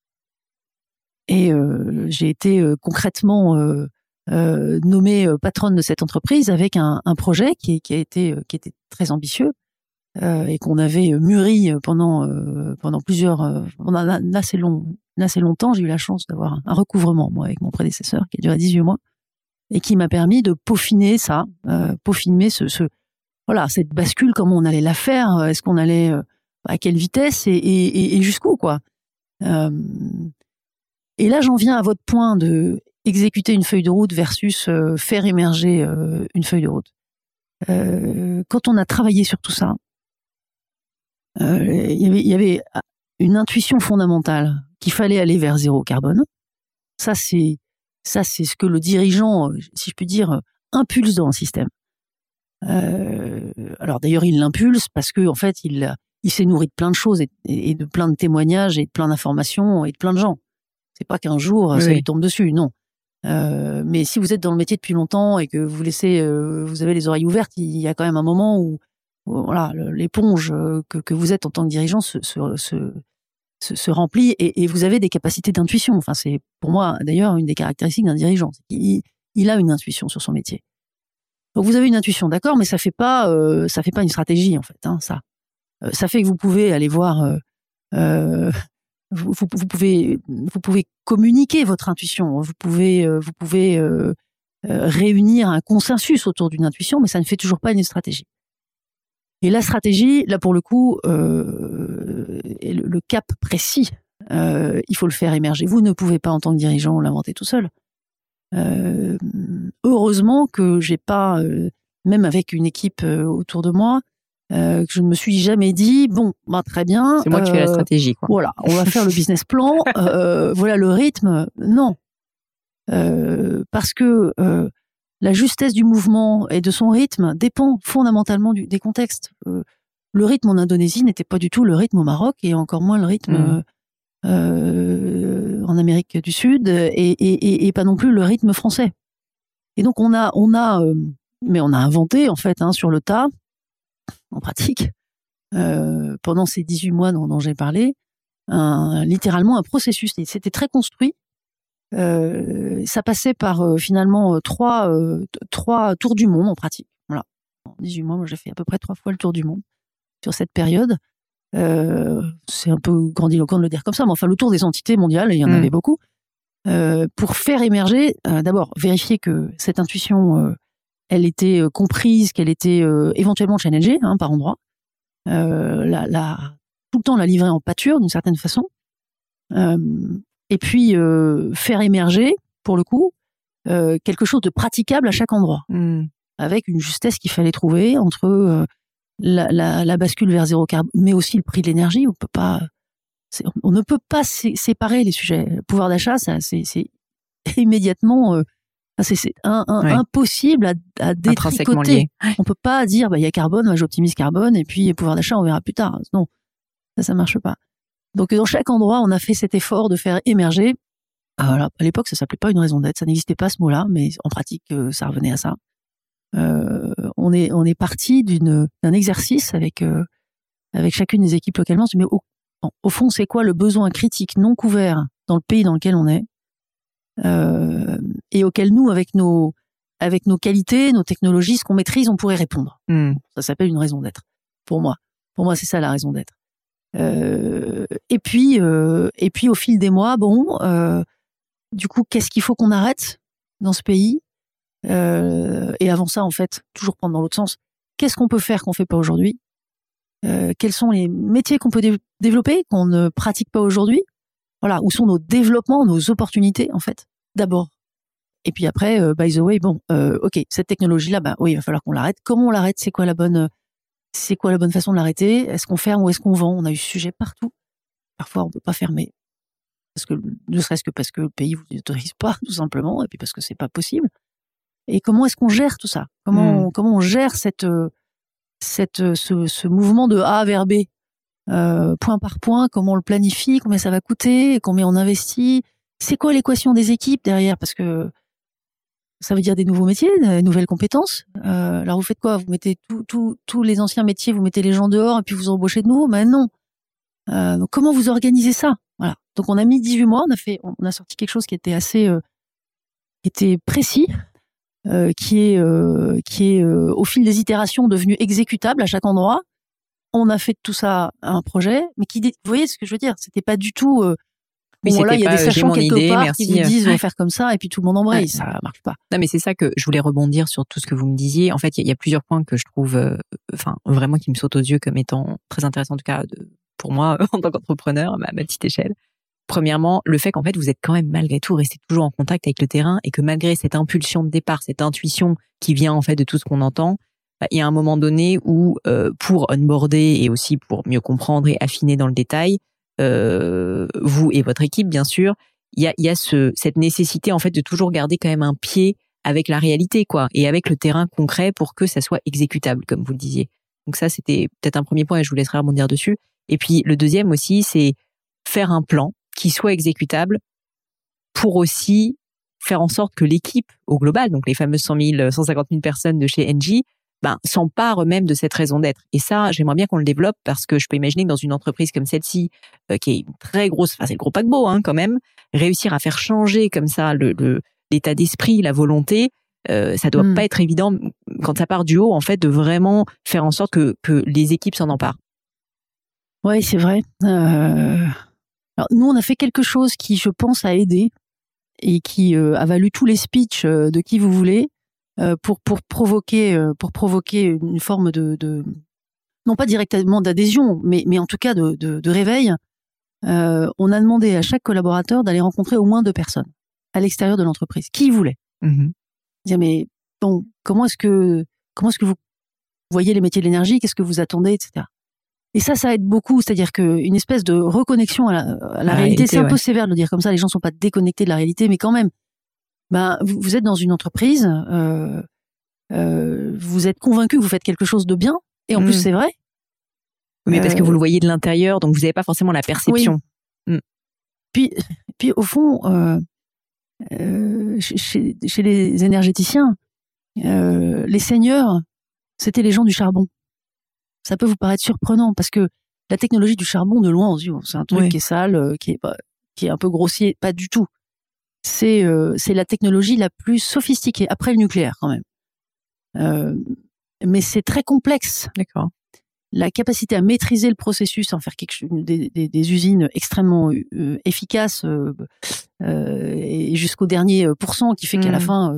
Speaker 3: Et euh, j'ai été euh, concrètement euh, euh, nommée patronne de cette entreprise avec un, un projet qui, qui a été, qui était très ambitieux. Euh, et qu'on avait mûri pendant euh, pendant plusieurs euh, pendant un assez long assez longtemps. J'ai eu la chance d'avoir un, un recouvrement moi avec mon prédécesseur qui a duré dix-huit mois et qui m'a permis de peaufiner ça, euh, peaufiner ce, ce voilà cette bascule, comment on allait la faire, est-ce qu'on allait euh, à quelle vitesse et, et, et jusqu'où quoi. Euh, et là j'en viens à votre point de exécuter une feuille de route versus euh, faire émerger euh, une feuille de route. Euh, quand on a travaillé sur tout ça, Euh, il y avait, il y avait une intuition fondamentale qu'il fallait aller vers zéro carbone. Ça, c'est, ça, c'est ce que le dirigeant, si je puis dire, impulse dans le système. Euh, alors d'ailleurs, il l'impulse parce que en fait, il, il s'est nourri de plein de choses et, et de plein de témoignages et de plein d'informations et de plein de gens. C'est pas qu'un jour oui. ça lui tombe dessus, non. Euh, mais si vous êtes dans le métier depuis longtemps et que vous laissez, euh, vous avez les oreilles ouvertes, il y a quand même un moment où voilà, l'éponge que, que vous êtes en tant que dirigeant se, se, se, se, se remplit et, et vous avez des capacités d'intuition. Enfin, c'est pour moi d'ailleurs une des caractéristiques d'un dirigeant. Il, il a une intuition sur son métier. Donc vous avez une intuition, d'accord, mais ça fait pas, euh, ça fait pas une stratégie en fait. Hein, ça, euh, ça fait que vous pouvez aller voir, euh, euh, vous, vous, vous pouvez, vous pouvez communiquer votre intuition. Vous pouvez, euh, vous pouvez euh, euh, réunir un consensus autour d'une intuition, mais ça ne fait toujours pas une stratégie. Et la stratégie, là pour le coup, euh, et le, le cap précis, euh, il faut le faire émerger. Vous ne pouvez pas en tant que dirigeant l'inventer tout seul. Euh, heureusement que j'ai pas, euh, même avec une équipe euh, autour de moi, euh, que je ne me suis jamais dit bon, bah très bien.
Speaker 2: C'est moi euh, qui fais la stratégie, quoi.
Speaker 3: Voilà, on va faire le business plan. Euh, voilà le rythme. Non, euh, parce que euh, la justesse du mouvement et de son rythme dépend fondamentalement du, des contextes. Euh, le rythme en Indonésie n'était pas du tout le rythme au Maroc et encore moins le rythme mmh. euh, en Amérique du Sud et, et, et, et pas non plus le rythme français. Et donc on a, on a, euh, mais on a inventé en fait hein, sur le tas, en pratique, euh, pendant ces dix-huit mois dont, dont j'ai parlé, un, littéralement un processus. C'était très construit. Euh, ça passait par euh, finalement euh, trois, euh, trois tours du monde en pratique. Voilà. En dix-huit mois, moi j'ai fait à peu près trois fois le tour du monde sur cette période. Euh, c'est un peu grandiloquent de le dire comme ça, mais enfin le tour des entités mondiales, et il y en mmh. avait beaucoup, euh, pour faire émerger, euh, d'abord vérifier que cette intuition, euh, elle était euh, comprise, qu'elle était euh, éventuellement challengée hein, par endroits. Euh, la, la, tout le temps la livrer en pâture d'une certaine façon. Euh, et puis euh, faire émerger, pour le coup, euh, quelque chose de praticable à chaque endroit,
Speaker 2: mmh.
Speaker 3: avec une justesse qu'il fallait trouver entre euh, la, la, la bascule vers zéro carbone, mais aussi le prix de l'énergie. On peut pas, c'est, on ne peut pas sé- séparer les sujets. Le pouvoir d'achat, ça, c'est, c'est immédiatement, euh, c'est, c'est un, un,
Speaker 2: ouais.
Speaker 3: impossible à, à détricoter. On peut pas dire, bah il y a carbone, bah, j'optimise carbone, et puis pouvoir d'achat, on verra plus tard. Non, ça, ça marche pas. Donc dans chaque endroit, on a fait cet effort de faire émerger. Ah, voilà. À l'époque, ça s'appelait pas une raison d'être, ça n'existait pas ce mot-là, mais en pratique, euh, ça revenait à ça. Euh, on est on est parti d'une d'un exercice avec euh, avec chacune des équipes localement. Mais au, au fond, c'est quoi le besoin critique non couvert dans le pays dans lequel on est euh, et auquel nous, avec nos avec nos qualités, nos technologies, ce qu'on maîtrise, on pourrait répondre.
Speaker 2: Mmh.
Speaker 3: Ça s'appelle une raison d'être. Pour moi, pour moi, c'est ça la raison d'être. Euh, et puis euh, et puis au fil des mois, bon. Euh, Du coup, qu'est-ce qu'il faut qu'on arrête dans ce pays euh, Et avant ça, en fait, toujours prendre dans l'autre sens. Qu'est-ce qu'on peut faire qu'on fait pas aujourd'hui euh, Quels sont les métiers qu'on peut dé- développer qu'on ne pratique pas aujourd'hui Voilà, où sont nos développements, nos opportunités, en fait, d'abord. Et puis après, euh, by the way, bon, euh, ok, cette technologie-là, bah oui, il va falloir qu'on l'arrête. Comment on l'arrête C'est quoi la bonne, c'est quoi la bonne façon de l'arrêter Est-ce qu'on ferme ou est-ce qu'on vend On a eu ce sujet partout. Parfois, on peut pas fermer. Parce que, ne serait-ce que parce que le pays vous autorise pas, tout simplement, et puis parce que c'est pas possible. Et comment est-ce qu'on gère tout ça? Comment, mmh. comment on gère cette, cette, ce, ce mouvement de A vers B, euh, point par point? Comment on le planifie? Combien ça va coûter? Combien on investit? C'est quoi l'équation des équipes derrière? Parce que ça veut dire des nouveaux métiers, des nouvelles compétences. Euh, alors vous faites quoi? Vous mettez tous tout, tous les anciens métiers, vous mettez les gens dehors et puis vous embauchez de nouveaux? Mais non. Euh, donc comment vous organisez ça? Voilà. Donc on a mis dix-huit mois, on a fait, on a sorti quelque chose qui était assez, euh, qui était précis, euh, qui est, euh, qui est euh, au fil des itérations devenu exécutable à chaque endroit. On a fait de tout ça un projet, mais qui, vous voyez ce que je veux dire? C'était pas du tout. Euh,
Speaker 2: oui,
Speaker 3: bon, voilà, il y a des sachants quelque
Speaker 2: idée,
Speaker 3: part
Speaker 2: merci.
Speaker 3: qui vous disent on va faire comme ça et puis tout le monde embraye. Ouais. Ça marche pas.
Speaker 2: Non, mais c'est ça que je voulais rebondir sur tout ce que vous me disiez. En fait, il y, y a plusieurs points que je trouve, euh, enfin, vraiment qui me sautent aux yeux comme étant très intéressants en tout cas de, pour moi en tant qu'entrepreneur à ma, ma petite échelle. Premièrement, le fait qu'en fait vous êtes quand même malgré tout resté toujours en contact avec le terrain et que malgré cette impulsion de départ, cette intuition qui vient en fait de tout ce qu'on entend, bah, il y a un moment donné où euh, pour onboarder et aussi pour mieux comprendre et affiner dans le détail, euh, vous et votre équipe bien sûr, il y a, il y a ce, cette nécessité en fait de toujours garder quand même un pied avec la réalité quoi et avec le terrain concret pour que ça soit exécutable comme vous le disiez. Donc ça c'était peut-être un premier point et je vous laisserai rebondir dessus. Et puis le deuxième aussi c'est faire un plan qui soit exécutable pour aussi faire en sorte que l'équipe au global, donc les fameuses cent mille, cent cinquante mille personnes de chez Engie, ben, s'emparent eux-mêmes de cette raison d'être. Et ça, j'aimerais bien qu'on le développe parce que je peux imaginer que dans une entreprise comme celle-ci, euh, qui est une très grosse, enfin c'est le gros paquebot hein, quand même, réussir à faire changer comme ça le, le l'état d'esprit, la volonté, euh, ça doit mmh. pas être évident quand ça part du haut en fait de vraiment faire en sorte que que les équipes s'en emparent.
Speaker 3: Ouais, c'est vrai. Euh... Alors, nous, on a fait quelque chose qui, je pense, a aidé et qui euh, a valu tous les speeches euh, de qui vous voulez euh, pour pour provoquer euh, pour provoquer une forme de, de non pas directement d'adhésion, mais mais en tout cas de de, de réveil. Euh, on a demandé à chaque collaborateur d'aller rencontrer au moins deux personnes à l'extérieur de l'entreprise, qui voulait. Mmh. Dire mais bon, comment est-ce que comment est-ce que vous voyez les métiers de l'énergie, qu'est-ce que vous attendez, et cetera. Et ça, ça aide beaucoup, c'est-à-dire qu'une espèce de reconnexion à la, à la, la réalité, réalité, c'est un ouais. peu sévère de le dire comme ça, les gens sont pas déconnectés de la réalité, mais quand même, ben, vous, vous êtes dans une entreprise, euh, euh, vous êtes convaincu que vous faites quelque chose de bien, et en mmh. plus c'est vrai.
Speaker 2: Mais euh, parce que vous le voyez de l'intérieur, donc vous n'avez pas forcément la perception.
Speaker 3: Oui. Mmh. Puis, puis au fond, euh, euh, chez, chez les énergéticiens, euh, les seigneurs, c'était les gens du charbon. Ça peut vous paraître surprenant parce que la technologie du charbon, de loin, on se dit, c'est un truc oui. qui est sale, qui est, qui est un peu grossier. Pas du tout. C'est, euh, c'est la technologie la plus sophistiquée, après le nucléaire quand même. Euh, mais c'est très complexe.
Speaker 2: D'accord.
Speaker 3: La capacité à maîtriser le processus, en faire quelque chose, des, des, des usines extrêmement euh, efficaces euh, euh, et jusqu'au dernier pourcent qui fait mmh. qu'à la fin, euh,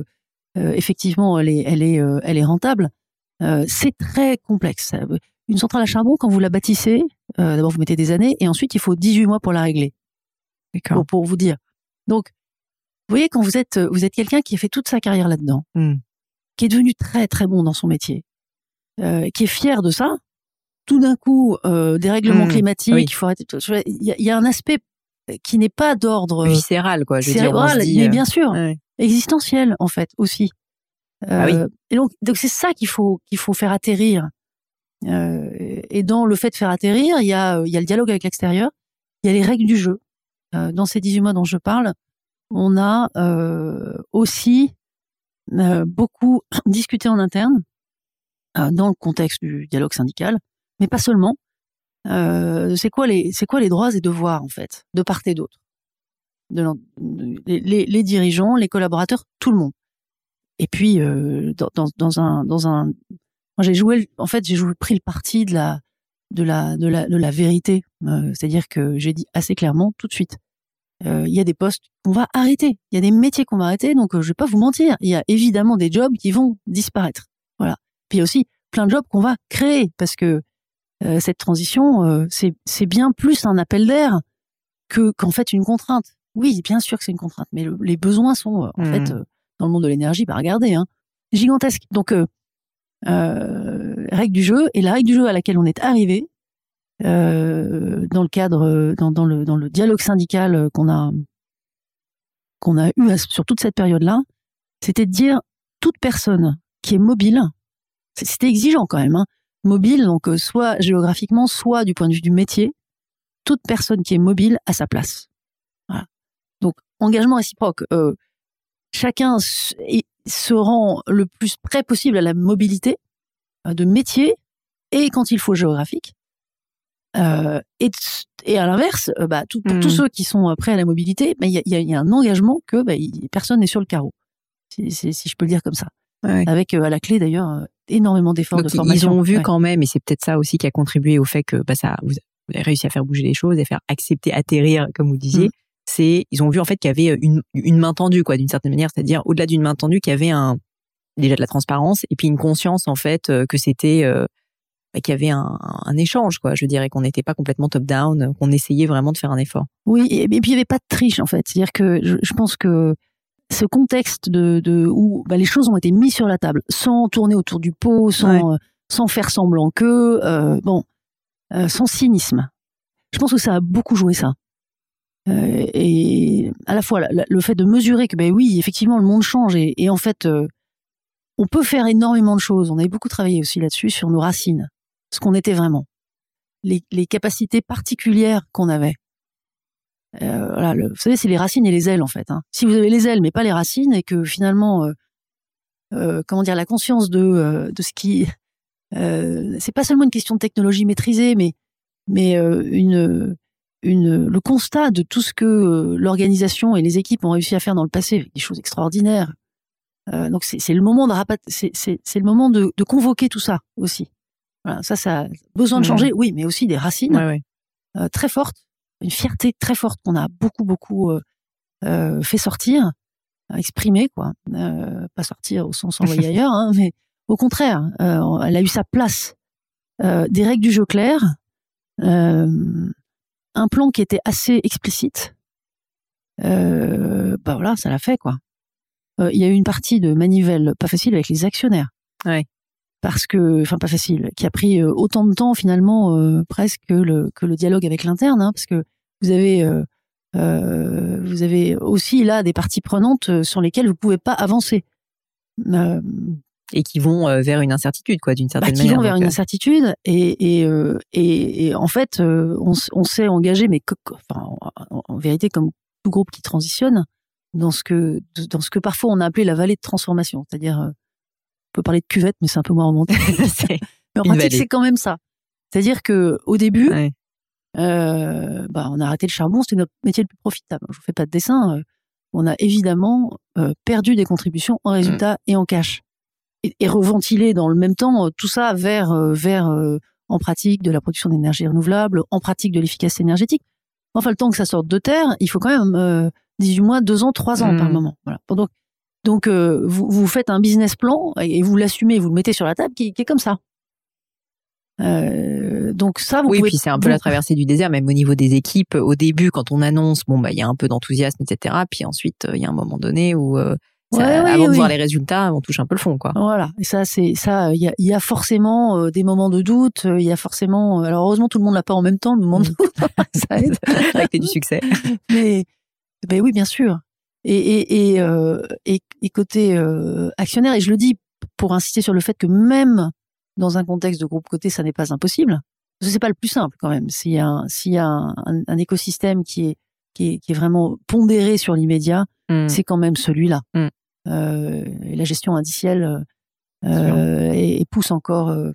Speaker 3: euh, effectivement, elle est, elle est, euh, elle est rentable. Euh, c'est très complexe. Une centrale à charbon, quand vous la bâtissez, euh, d'abord vous mettez des années, et ensuite il faut dix-huit mois pour la régler.
Speaker 2: D'accord.
Speaker 3: Pour, pour vous dire. Donc, vous voyez, quand vous êtes, vous êtes quelqu'un qui a fait toute sa carrière là-dedans,
Speaker 2: mm.
Speaker 3: qui est devenu très très bon dans son métier, euh, qui est fier de ça, tout d'un coup, euh, des règlements mmh, climatiques, oui. il faut arrêter. Il y, y a un aspect qui n'est pas d'ordre
Speaker 2: viscéral, quoi. Je
Speaker 3: cérébral,
Speaker 2: veux dire, on se dit,
Speaker 3: mais bien sûr,
Speaker 2: ouais.
Speaker 3: existentiel en fait aussi. Euh,
Speaker 2: ah oui.
Speaker 3: Et donc, donc c'est ça qu'il faut qu'il faut faire atterrir. Euh, et dans le fait de faire atterrir, il y a il y a le dialogue avec l'extérieur, il y a les règles du jeu. Euh, dans ces dix-huit mois dont je parle, on a euh, aussi euh, beaucoup discuté en interne euh, dans le contexte du dialogue syndical, mais pas seulement. Euh, c'est quoi les c'est quoi les droits et devoirs en fait de part et d'autre, de les, les, les dirigeants, les collaborateurs, tout le monde. Et puis euh, dans, dans dans un dans un moi j'ai joué en fait j'ai joué pris le parti de la de la de la de la vérité, euh, c'est-à-dire que j'ai dit assez clairement tout de suite. Il euh, y a des postes qu'on va arrêter, il y a des métiers qu'on va arrêter, donc euh, je vais pas vous mentir, il y a évidemment des jobs qui vont disparaître. Voilà. Puis il y a aussi plein de jobs qu'on va créer parce que euh, cette transition euh, c'est c'est bien plus un appel d'air que qu'en fait une contrainte. Oui, bien sûr que c'est une contrainte, mais le, les besoins sont euh, en mmh. fait euh, dans le monde de l'énergie, bah regardez, hein, gigantesques. Donc euh, euh, règle du jeu, et la règle du jeu à laquelle on est arrivé Euh, dans le cadre, dans, dans le dans le dialogue syndical qu'on a qu'on a eu sur toute cette période-là, c'était de dire toute personne qui est mobile, c'était exigeant quand même, hein, mobile donc euh, soit géographiquement, soit du point de vue du métier, toute personne qui est mobile a sa place. Voilà. Donc engagement réciproque. Euh, chacun se, se rend le plus près possible à la mobilité euh, de métier et quand il faut géographique. Euh, et, et à l'inverse, euh, bah, tout, pour mmh. tous ceux qui sont prêts à la mobilité, il bah, y, a, y a un engagement que bah, y, personne n'est sur le carreau, si, si, si je peux le dire comme ça. Ouais. Avec euh, à la clé d'ailleurs euh, énormément d'efforts
Speaker 2: donc,
Speaker 3: de formation.
Speaker 2: Ils ont vu
Speaker 3: ouais.
Speaker 2: quand même, et c'est peut-être ça aussi qui a contribué au fait que bah, ça, vous avez réussi à faire bouger les choses et faire accepter, atterrir, comme vous disiez. Mmh. C'est, ils ont vu en fait qu'il y avait une, une main tendue, quoi, d'une certaine manière, c'est-à-dire au-delà d'une main tendue, qu'il y avait un, déjà de la transparence et puis une conscience en fait euh, que c'était euh, qu'il y avait un, un échange, quoi. Je dirais qu'on n'était pas complètement top-down, qu'on essayait vraiment de faire un effort.
Speaker 3: Oui, et, et puis il n'y avait pas de triche, en fait. C'est-à-dire que je, je pense que ce contexte de, de où bah, les choses ont été mises sur la table, sans tourner autour du pot, sans, ouais. euh, sans faire semblant que, euh, bon, euh, sans cynisme. Je pense que ça a beaucoup joué ça. Euh, et à la fois la, la, le fait de mesurer que, ben oui, effectivement, le monde change et, et en fait, euh, on peut faire énormément de choses. On avait beaucoup travaillé aussi là-dessus, sur nos racines. Ce qu'on était vraiment, les, les capacités particulières qu'on avait. Euh, voilà, le, vous savez, c'est les racines et les ailes en fait. Hein. Si vous avez les ailes mais pas les racines et que finalement, euh, euh, comment dire, la conscience de euh, de ce qui, euh, c'est pas seulement une question de technologie maîtrisée, mais mais euh, une une le constat de tout ce que euh, l'organisation et les équipes ont réussi à faire dans le passé, des choses extraordinaires. Euh, donc c'est c'est le moment de rapat- c'est c'est c'est le moment de, de convoquer tout ça aussi. Voilà, ça, ça a besoin de changer, mmh. oui, mais aussi des racines
Speaker 2: ouais, ouais.
Speaker 3: Euh, très fortes, une fierté très forte qu'on a beaucoup, beaucoup euh, euh, fait sortir, exprimer, quoi. Euh, pas sortir au sens envoyé ailleurs, hein, mais au contraire, euh, elle a eu sa place. Euh, des règles du jeu claires, euh, un plan qui était assez explicite. Euh, bah voilà, ça l'a fait, quoi. Il euh, y a eu une partie de manivelle pas facile avec les actionnaires.
Speaker 2: Ouais.
Speaker 3: Parce que, enfin pas facile, qui a pris euh, autant de temps finalement euh, presque que le que le dialogue avec l'interne, hein, parce que vous avez euh, euh, vous avez aussi là des parties prenantes sur lesquelles vous pouvez pas avancer euh,
Speaker 2: et qui vont euh, vers une incertitude, quoi, d'une certaine
Speaker 3: bah,
Speaker 2: manière.
Speaker 3: Qui vont vers une incertitude et et euh, et, et en fait euh, on on s'est engagé, mais que, enfin en, en vérité comme tout groupe qui transitionne dans ce que dans ce que parfois on a appelé la vallée de transformation, c'est-à-dire euh, on peut parler de cuvette, mais c'est un peu moins remonté. Mais en pratique, c'est quand même ça. C'est-à-dire que au début, ouais. euh, bah, on a arrêté le charbon, c'était notre métier le plus profitable. Je vous fais pas de dessin. Euh, on a évidemment euh, perdu des contributions en résultats mmh. et en cash, et, et reventilé dans le même temps euh, tout ça vers euh, vers euh, en pratique de la production d'énergie renouvelable, en pratique de l'efficacité énergétique. Enfin, le temps que ça sorte de terre, il faut quand même euh, dix-huit mois, deux ans, trois ans mmh. par moment. Voilà. Donc Donc, euh, vous, vous faites un business plan et vous l'assumez, vous le mettez sur la table, qui, qui est comme ça. Euh, donc ça, vous
Speaker 2: oui,
Speaker 3: pouvez...
Speaker 2: puis c'est un peu
Speaker 3: vous...
Speaker 2: la traversée du désert, même au niveau des équipes. Au début, quand on annonce, bon, bah, il y a un peu d'enthousiasme, et cetera. Puis ensuite, il y a un moment donné où, euh, ça,
Speaker 3: ouais, oui,
Speaker 2: avant
Speaker 3: oui.
Speaker 2: de voir les résultats, on touche un peu le fond, quoi.
Speaker 3: Voilà. Et ça, c'est ça. Il y a, il y a forcément euh, des moments de doute. Il y a forcément. Alors heureusement, tout le monde l'a pas en même temps. Le moment de doute, ça aide.
Speaker 2: La clé du succès.
Speaker 3: Mais, ben oui, bien sûr. Et et et, euh, et, et côté euh, actionnaire, et je le dis pour insister sur le fait que même dans un contexte de groupe coté, ça n'est pas impossible. Parce que c'est pas le plus simple quand même. S'il y a un, s'il y a un, un, un écosystème qui est qui est qui est vraiment pondéré sur l'immédiat, mm. c'est quand même celui-là. Mm. Euh, et la gestion indicielle euh, et, et pousse encore euh,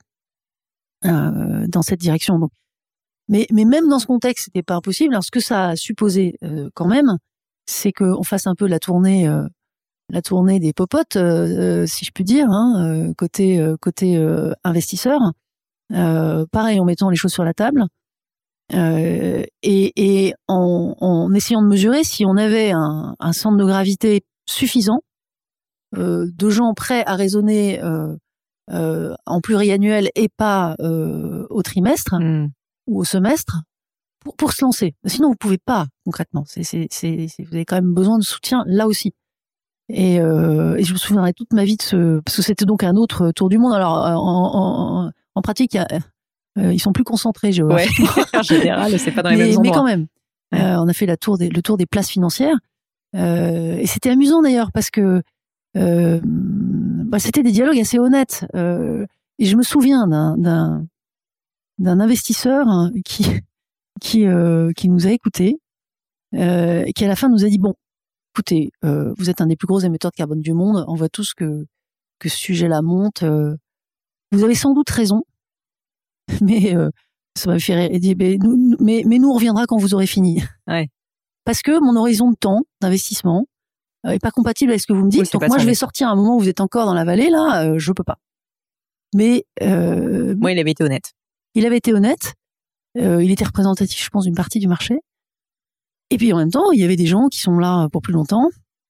Speaker 3: euh, dans cette direction. Donc, mais mais même dans ce contexte, c'était pas impossible. Alors ce que ça a supposé euh, quand même, c'est qu'on fasse un peu la tournée, euh, la tournée des popotes, euh, euh, si je puis dire, hein, euh, côté euh, côté euh, investisseur. Euh, pareil, en mettant les choses sur la table euh, et, et en, en essayant de mesurer si on avait un, un centre de gravité suffisant, euh, de gens prêts à raisonner euh, euh, en pluriannuel et pas euh, au trimestre mmh. ou au semestre. Pour, pour se lancer. Sinon, vous pouvez pas, concrètement. C'est, c'est, c'est, c'est, vous avez quand même besoin de soutien, là aussi. Et, euh, et je me souviendrai toute ma vie de ce... Parce que c'était donc un autre tour du monde. Alors, en, en, en pratique, il y a, euh, ils sont plus concentrés, je vois.
Speaker 2: Ouais, en général, c'est pas dans les
Speaker 3: mais,
Speaker 2: mêmes endroits.
Speaker 3: Mais quand même. Ouais. Euh, on a fait la tour des, le tour des places financières. Euh, et c'était amusant, d'ailleurs, parce que euh, bah, c'était des dialogues assez honnêtes. Euh, et je me souviens d'un, d'un, d'un investisseur hein, qui... qui euh, qui nous a écoutés, euh, et qui à la fin nous a dit bon, écoutez, euh, vous êtes un des plus gros émetteurs de carbone du monde, on voit tous que que ce sujet-là monte, euh, vous avez sans doute raison, mais euh, ça m'a fait rire. Il dit mais nous, mais mais nous on reviendra quand vous aurez fini.
Speaker 2: Ouais.
Speaker 3: Parce que mon horizon de temps d'investissement euh, est pas compatible avec ce que vous me dites.
Speaker 2: Oui,
Speaker 3: donc moi je vais sortir à un moment où vous êtes encore dans la vallée là, euh, je peux pas. Mais euh,
Speaker 2: moi il avait été honnête.
Speaker 3: Il avait été honnête. Euh, il était représentatif, je pense, d'une partie du marché. Et puis en même temps, il y avait des gens qui sont là pour plus longtemps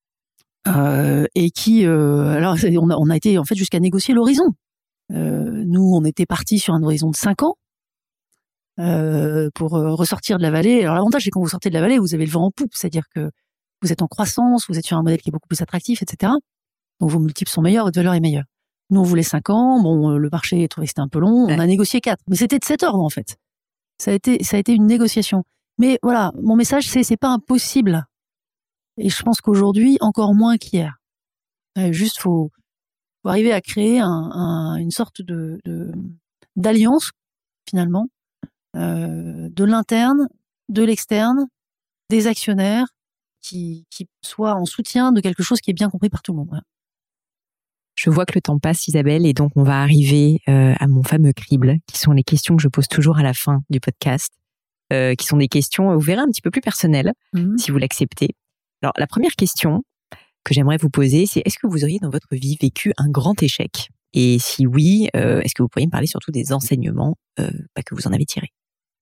Speaker 3: euh, et qui, euh, alors, on a, on a été en fait jusqu'à négocier l'horizon. Euh, nous, on était partis sur un horizon de cinq ans euh, pour euh, ressortir de la vallée. Alors l'avantage, c'est quand vous sortez de la vallée, vous avez le vent en poupe, c'est-à-dire que vous êtes en croissance, vous êtes sur un modèle qui est beaucoup plus attractif, et cetera. Donc vos multiples sont meilleurs, votre valeur est meilleure. Nous, on voulait cinq ans. Bon, le marché trouvait que c'était un peu long. Ouais. On a négocié quatre, mais c'était de cet ordre en fait. Ça a été, ça a été une négociation. Mais voilà, mon message, c'est, c'est pas impossible. Et je pense qu'aujourd'hui, encore moins qu'hier. Euh, juste, faut, faut arriver à créer un, un, une sorte de, de, d'alliance, finalement, euh, de l'interne, de l'externe, des actionnaires, qui, qui soient en soutien de quelque chose qui est bien compris par tout le monde. Voilà.
Speaker 2: Je vois que le temps passe, Isabelle, et donc on va arriver euh, à mon fameux crible, qui sont les questions que je pose toujours à la fin du podcast, euh, qui sont des questions, vous verrez, un petit peu plus personnelles, mmh. si vous l'acceptez. Alors, la première question que j'aimerais vous poser, c'est est-ce que vous auriez dans votre vie vécu un grand échec ? Et si oui, euh, est-ce que vous pourriez me parler surtout des enseignements euh, bah, que vous en avez tirés ?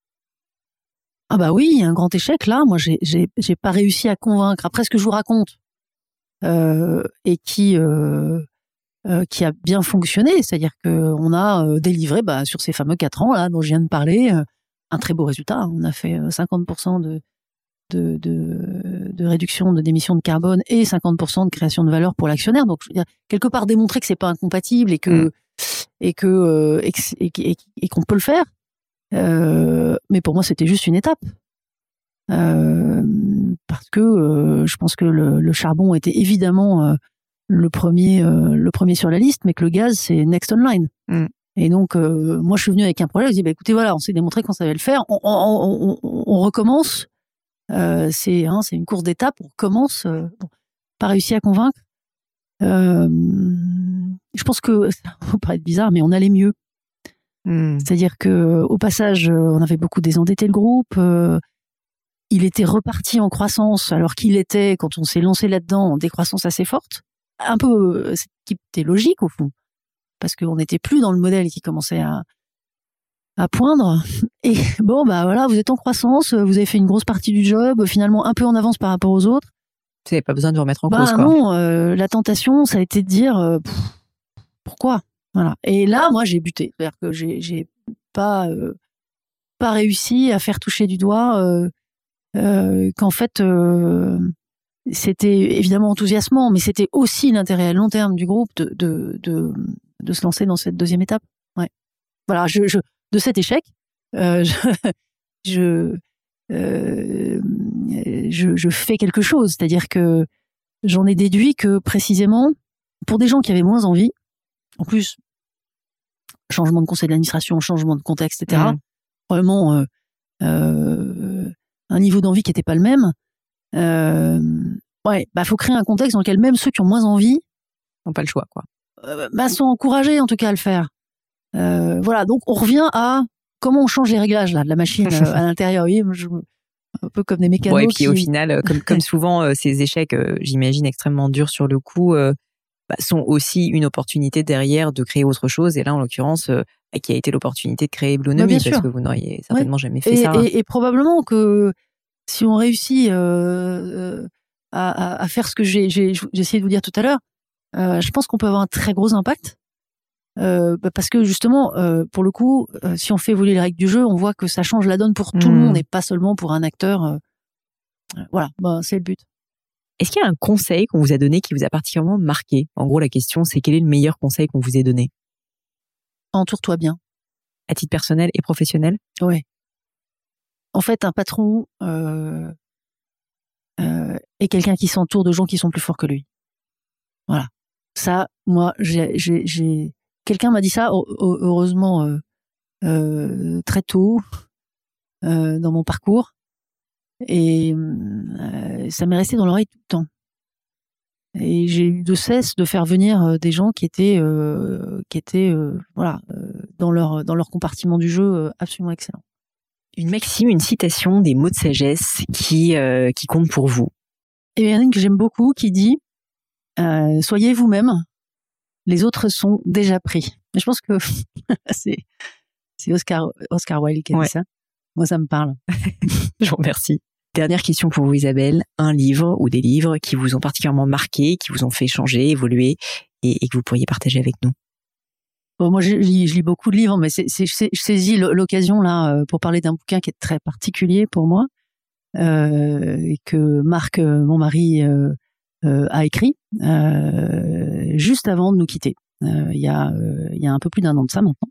Speaker 3: Ah bah oui, un grand échec, là, moi, j'ai, j'ai, j'ai pas réussi à convaincre. Après ce que je vous raconte, euh, et qui... Euh, Euh, qui a bien fonctionné, c'est-à-dire qu'on a euh, délivré bah, sur ces fameux quatre ans là dont je viens de parler euh, un très beau résultat. On a fait euh, cinquante pour cent de, de, de, de réduction de d'émissions de carbone et cinquante pour cent de création de valeur pour l'actionnaire. Donc, je veux dire, quelque part démontrer que c'est pas incompatible et que mmh. et que euh, et, et, et, et qu'on peut le faire. Euh, mais pour moi, c'était juste une étape. Euh, parce que euh, je pense que le, le charbon était évidemment euh, le premier euh, le premier sur la liste, mais que le gaz c'est next on line. Mm. Et donc euh, moi je suis venu avec un projet, je dis bah écoutez voilà, on s'est démontré qu'on savait le faire, on, on, on, on recommence, euh, c'est hein, c'est une course d'étapes, on recommence, euh, bon, pas réussi à convaincre. Euh, je pense que ça va paraître bizarre, mais on allait mieux. Mm. C'est-à-dire que au passage, on avait beaucoup désendetté le groupe. Euh, il était reparti en croissance, alors qu'il était, quand on s'est lancé là-dedans, en décroissance assez forte. Un peu, ce qui était logique au fond, parce qu'on n'était plus dans le modèle qui commençait à, à poindre. Et bon, bah voilà, vous êtes en croissance, vous avez fait une grosse partie du job, finalement un peu en avance par rapport aux autres.
Speaker 2: Vous n'avez pas besoin de vous remettre en
Speaker 3: bah,
Speaker 2: cause, quoi.
Speaker 3: Non, euh, la tentation, ça a été de dire euh, pff, pourquoi. Voilà. Et là, moi, j'ai buté. C'est-à-dire que j'ai, j'ai pas, euh, pas réussi à faire toucher du doigt euh, euh, qu'en fait, euh, c'était évidemment enthousiasmant, mais c'était aussi l'intérêt à long terme du groupe de, de, de, de se lancer dans cette deuxième étape. Ouais. Voilà, je, je, de cet échec, euh, je, je, euh, je, je fais quelque chose. C'est-à-dire que j'en ai déduit que précisément, pour des gens qui avaient moins envie, en plus, changement de conseil d'administration, changement de contexte, et cetera, mmh. Vraiment euh, euh, un niveau d'envie qui n'était pas le même. Euh, ouais, bah faut créer un contexte dans lequel même ceux qui ont moins envie
Speaker 2: n'ont pas le choix, quoi.
Speaker 3: Euh, bah sont encouragés en tout cas à le faire. Euh, voilà, donc on revient à comment on change les réglages là de la machine euh, à l'intérieur. Oui, je, un peu comme des mécanos.
Speaker 2: Ouais, et puis
Speaker 3: qui...
Speaker 2: au final, comme comme souvent euh, ces échecs, euh, j'imagine extrêmement durs sur le coup, euh, bah, sont aussi une opportunité derrière de créer autre chose. Et là, en l'occurrence, euh, qui a été l'opportunité de créer Blonomie, bah, parce que vous n'auriez certainement ouais. jamais fait
Speaker 3: et,
Speaker 2: ça.
Speaker 3: Et, et probablement que si on réussit euh, à, à, à faire ce que j'ai, j'ai, j'ai essayé de vous dire tout à l'heure, euh, je pense qu'on peut avoir un très gros impact. Euh, parce que justement, euh, pour le coup, euh, si on fait évoluer les règles du jeu, on voit que ça change la donne pour mmh. tout le monde et pas seulement pour un acteur. Euh, voilà, bah, c'est le but.
Speaker 2: Est-ce qu'il y a un conseil qu'on vous a donné qui vous a particulièrement marqué ? En gros, la question, c'est quel est le meilleur conseil qu'on vous ait donné ?
Speaker 3: Entoure-toi bien.
Speaker 2: À titre personnel et professionnel ?
Speaker 3: Ouais. En fait, un patron euh, euh, est quelqu'un qui s'entoure de gens qui sont plus forts que lui. Voilà. Ça, moi, j'ai, j'ai, j'ai... quelqu'un m'a dit ça, heureusement, euh, euh, très tôt euh, dans mon parcours, et euh, ça m'est resté dans l'oreille tout le temps. Et j'ai eu de cesse de faire venir des gens qui étaient, euh, qui étaient, euh, voilà, euh, dans leur dans leur compartiment du jeu euh, absolument excellent.
Speaker 2: Une maxime, une citation, des mots de sagesse qui euh, qui comptent pour vous.
Speaker 3: Et il y en a une que j'aime beaucoup qui dit euh, soyez vous-même, les autres sont déjà pris. Et je pense que c'est c'est Oscar Oscar Wilde qui a dit ouais. ça. Moi, ça me parle.
Speaker 2: Je vous remercie. Dernière question pour vous, Isabelle. Un livre ou des livres qui vous ont particulièrement marqué, qui vous ont fait changer, évoluer et, et que vous pourriez partager avec nous.
Speaker 3: Bon, moi, je lis, je lis beaucoup de livres, mais c'est, c'est, je saisis l'occasion là pour parler d'un bouquin qui est très particulier pour moi euh, et que Marc, mon mari, euh, euh, a écrit euh, juste avant de nous quitter. Euh, il y a, euh, il y a un peu plus d'un an de ça maintenant,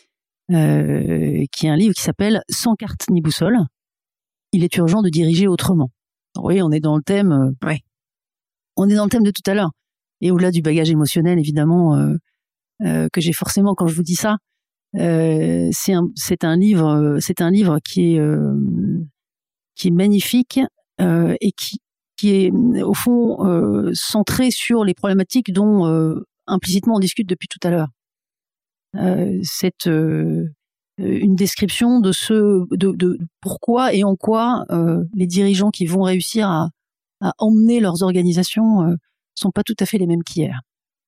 Speaker 3: euh, qui est un livre qui s'appelle « Sans carte ni boussole ». Il est urgent de diriger autrement. Oui, on est dans le thème. Euh,
Speaker 2: ouais.
Speaker 3: On est dans le thème de tout à l'heure. Et au-delà du bagage émotionnel, évidemment, euh, euh, que j'ai forcément quand je vous dis ça, euh, c'est un, c'est un livre, c'est un livre qui est, euh, qui est magnifique euh, et qui, qui est au fond euh, centré sur les problématiques dont euh, implicitement on discute depuis tout à l'heure. Euh, cette euh, une description de ce de, de pourquoi et en quoi euh, les dirigeants qui vont réussir à, à emmener leurs organisations euh, sont pas tout à fait les mêmes qu'hier.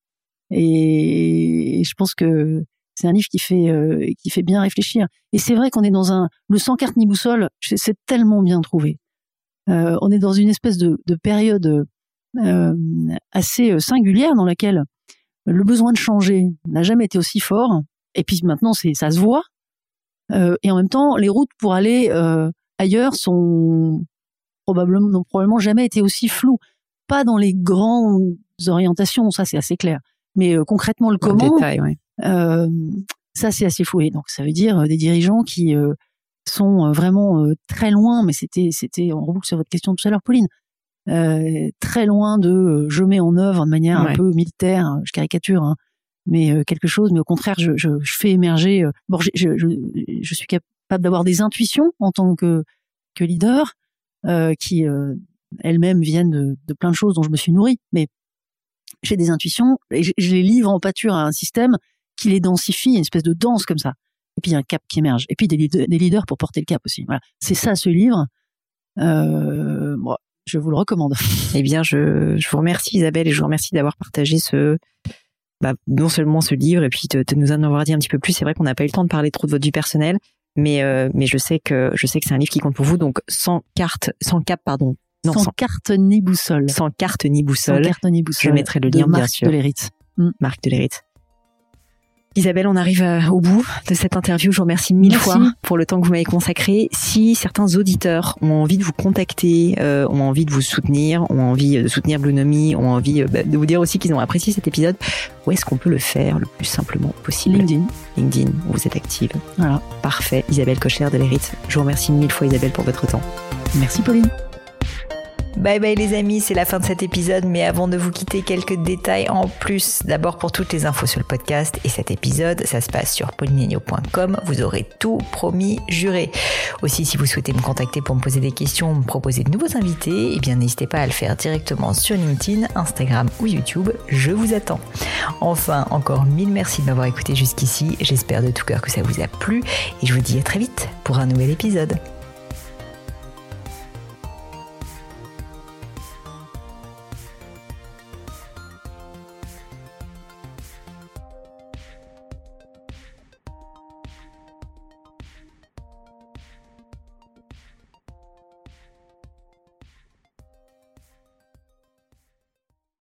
Speaker 3: Et, et je pense que c'est un livre qui fait euh, qui fait bien réfléchir. Et c'est vrai qu'on est dans un le sans carte ni boussole, c'est tellement bien trouvé. Euh, on est dans une espèce de, de période euh, assez singulière dans laquelle le besoin de changer n'a jamais été aussi fort. Et puis maintenant, c'est ça se voit. Euh, et en même temps, les routes pour aller euh, ailleurs sont probablement, n'ont probablement jamais été aussi floues. Pas dans les grandes orientations, ça c'est assez clair. Mais euh, concrètement, le comment,
Speaker 2: détail, ouais.
Speaker 3: euh, ça c'est assez floué. Donc ça veut dire euh, des dirigeants qui euh, sont euh, vraiment euh, très loin, mais c'était, c'était, on reboucle sur votre question tout à l'heure, Pauline, euh, très loin de euh, je mets en œuvre de manière ouais. un peu militaire, je caricature, hein, mais euh, quelque chose, mais au contraire, je, je, je fais émerger. Euh, bon, je, je, je, je suis capable d'avoir des intuitions en tant que, que leader, euh, qui euh, elles-mêmes viennent de, de plein de choses dont je me suis nourrie, mais j'ai des intuitions et je, je les livre en pâture à un système qui les densifie, une espèce de danse comme ça. Et puis il y a un cap qui émerge, et puis des, leaders, des leaders pour porter le cap aussi. Voilà, c'est ça ce livre. Euh, bon, je vous le recommande.
Speaker 2: Eh bien, je, je vous remercie Isabelle et je vous remercie d'avoir partagé ce Bah, non seulement ce livre et puis de, de nous en avoir dit un petit peu plus. C'est vrai qu'on n'a pas eu le temps de parler trop de votre vie personnelle, mais euh, mais je sais que je sais que c'est un livre qui compte pour vous. Donc sans carte, sans cap, pardon,
Speaker 3: Non, sans, sans carte ni boussole.
Speaker 2: Sans carte ni boussole.
Speaker 3: Sans carte ni boussole.
Speaker 2: Je mettrai le lien,
Speaker 3: de
Speaker 2: bien
Speaker 3: Marc
Speaker 2: sûr.
Speaker 3: Delérit. Mm.
Speaker 2: Marc Delérit. Isabelle, on arrive au bout de cette interview. Je vous remercie mille
Speaker 3: Merci.
Speaker 2: fois pour le temps que vous m'avez consacré. Si certains auditeurs ont envie de vous contacter, euh, ont envie de vous soutenir, ont envie de soutenir Bluenomy, ont envie euh, bah, de vous dire aussi qu'ils ont apprécié cet épisode, où est-ce qu'on peut le faire le plus simplement possible?
Speaker 3: LinkedIn.
Speaker 2: LinkedIn, où vous êtes active.
Speaker 3: Voilà.
Speaker 2: Parfait. Isabelle Kochler-Delérit. Je vous remercie mille fois, Isabelle, pour votre temps.
Speaker 3: Merci Pauline.
Speaker 1: Bye bye les amis, c'est la fin de cet épisode, mais avant de vous quitter, quelques détails en plus. D'abord pour toutes les infos sur le podcast et cet épisode, ça se passe sur pauline agneau point com, vous aurez tout promis, juré. Aussi, si vous souhaitez me contacter pour me poser des questions, me proposer de nouveaux invités, eh bien n'hésitez pas à le faire directement sur LinkedIn, Instagram ou YouTube, je vous attends. Enfin, encore mille merci de m'avoir écouté jusqu'ici, j'espère de tout cœur que ça vous a plu et je vous dis à très vite pour un nouvel épisode.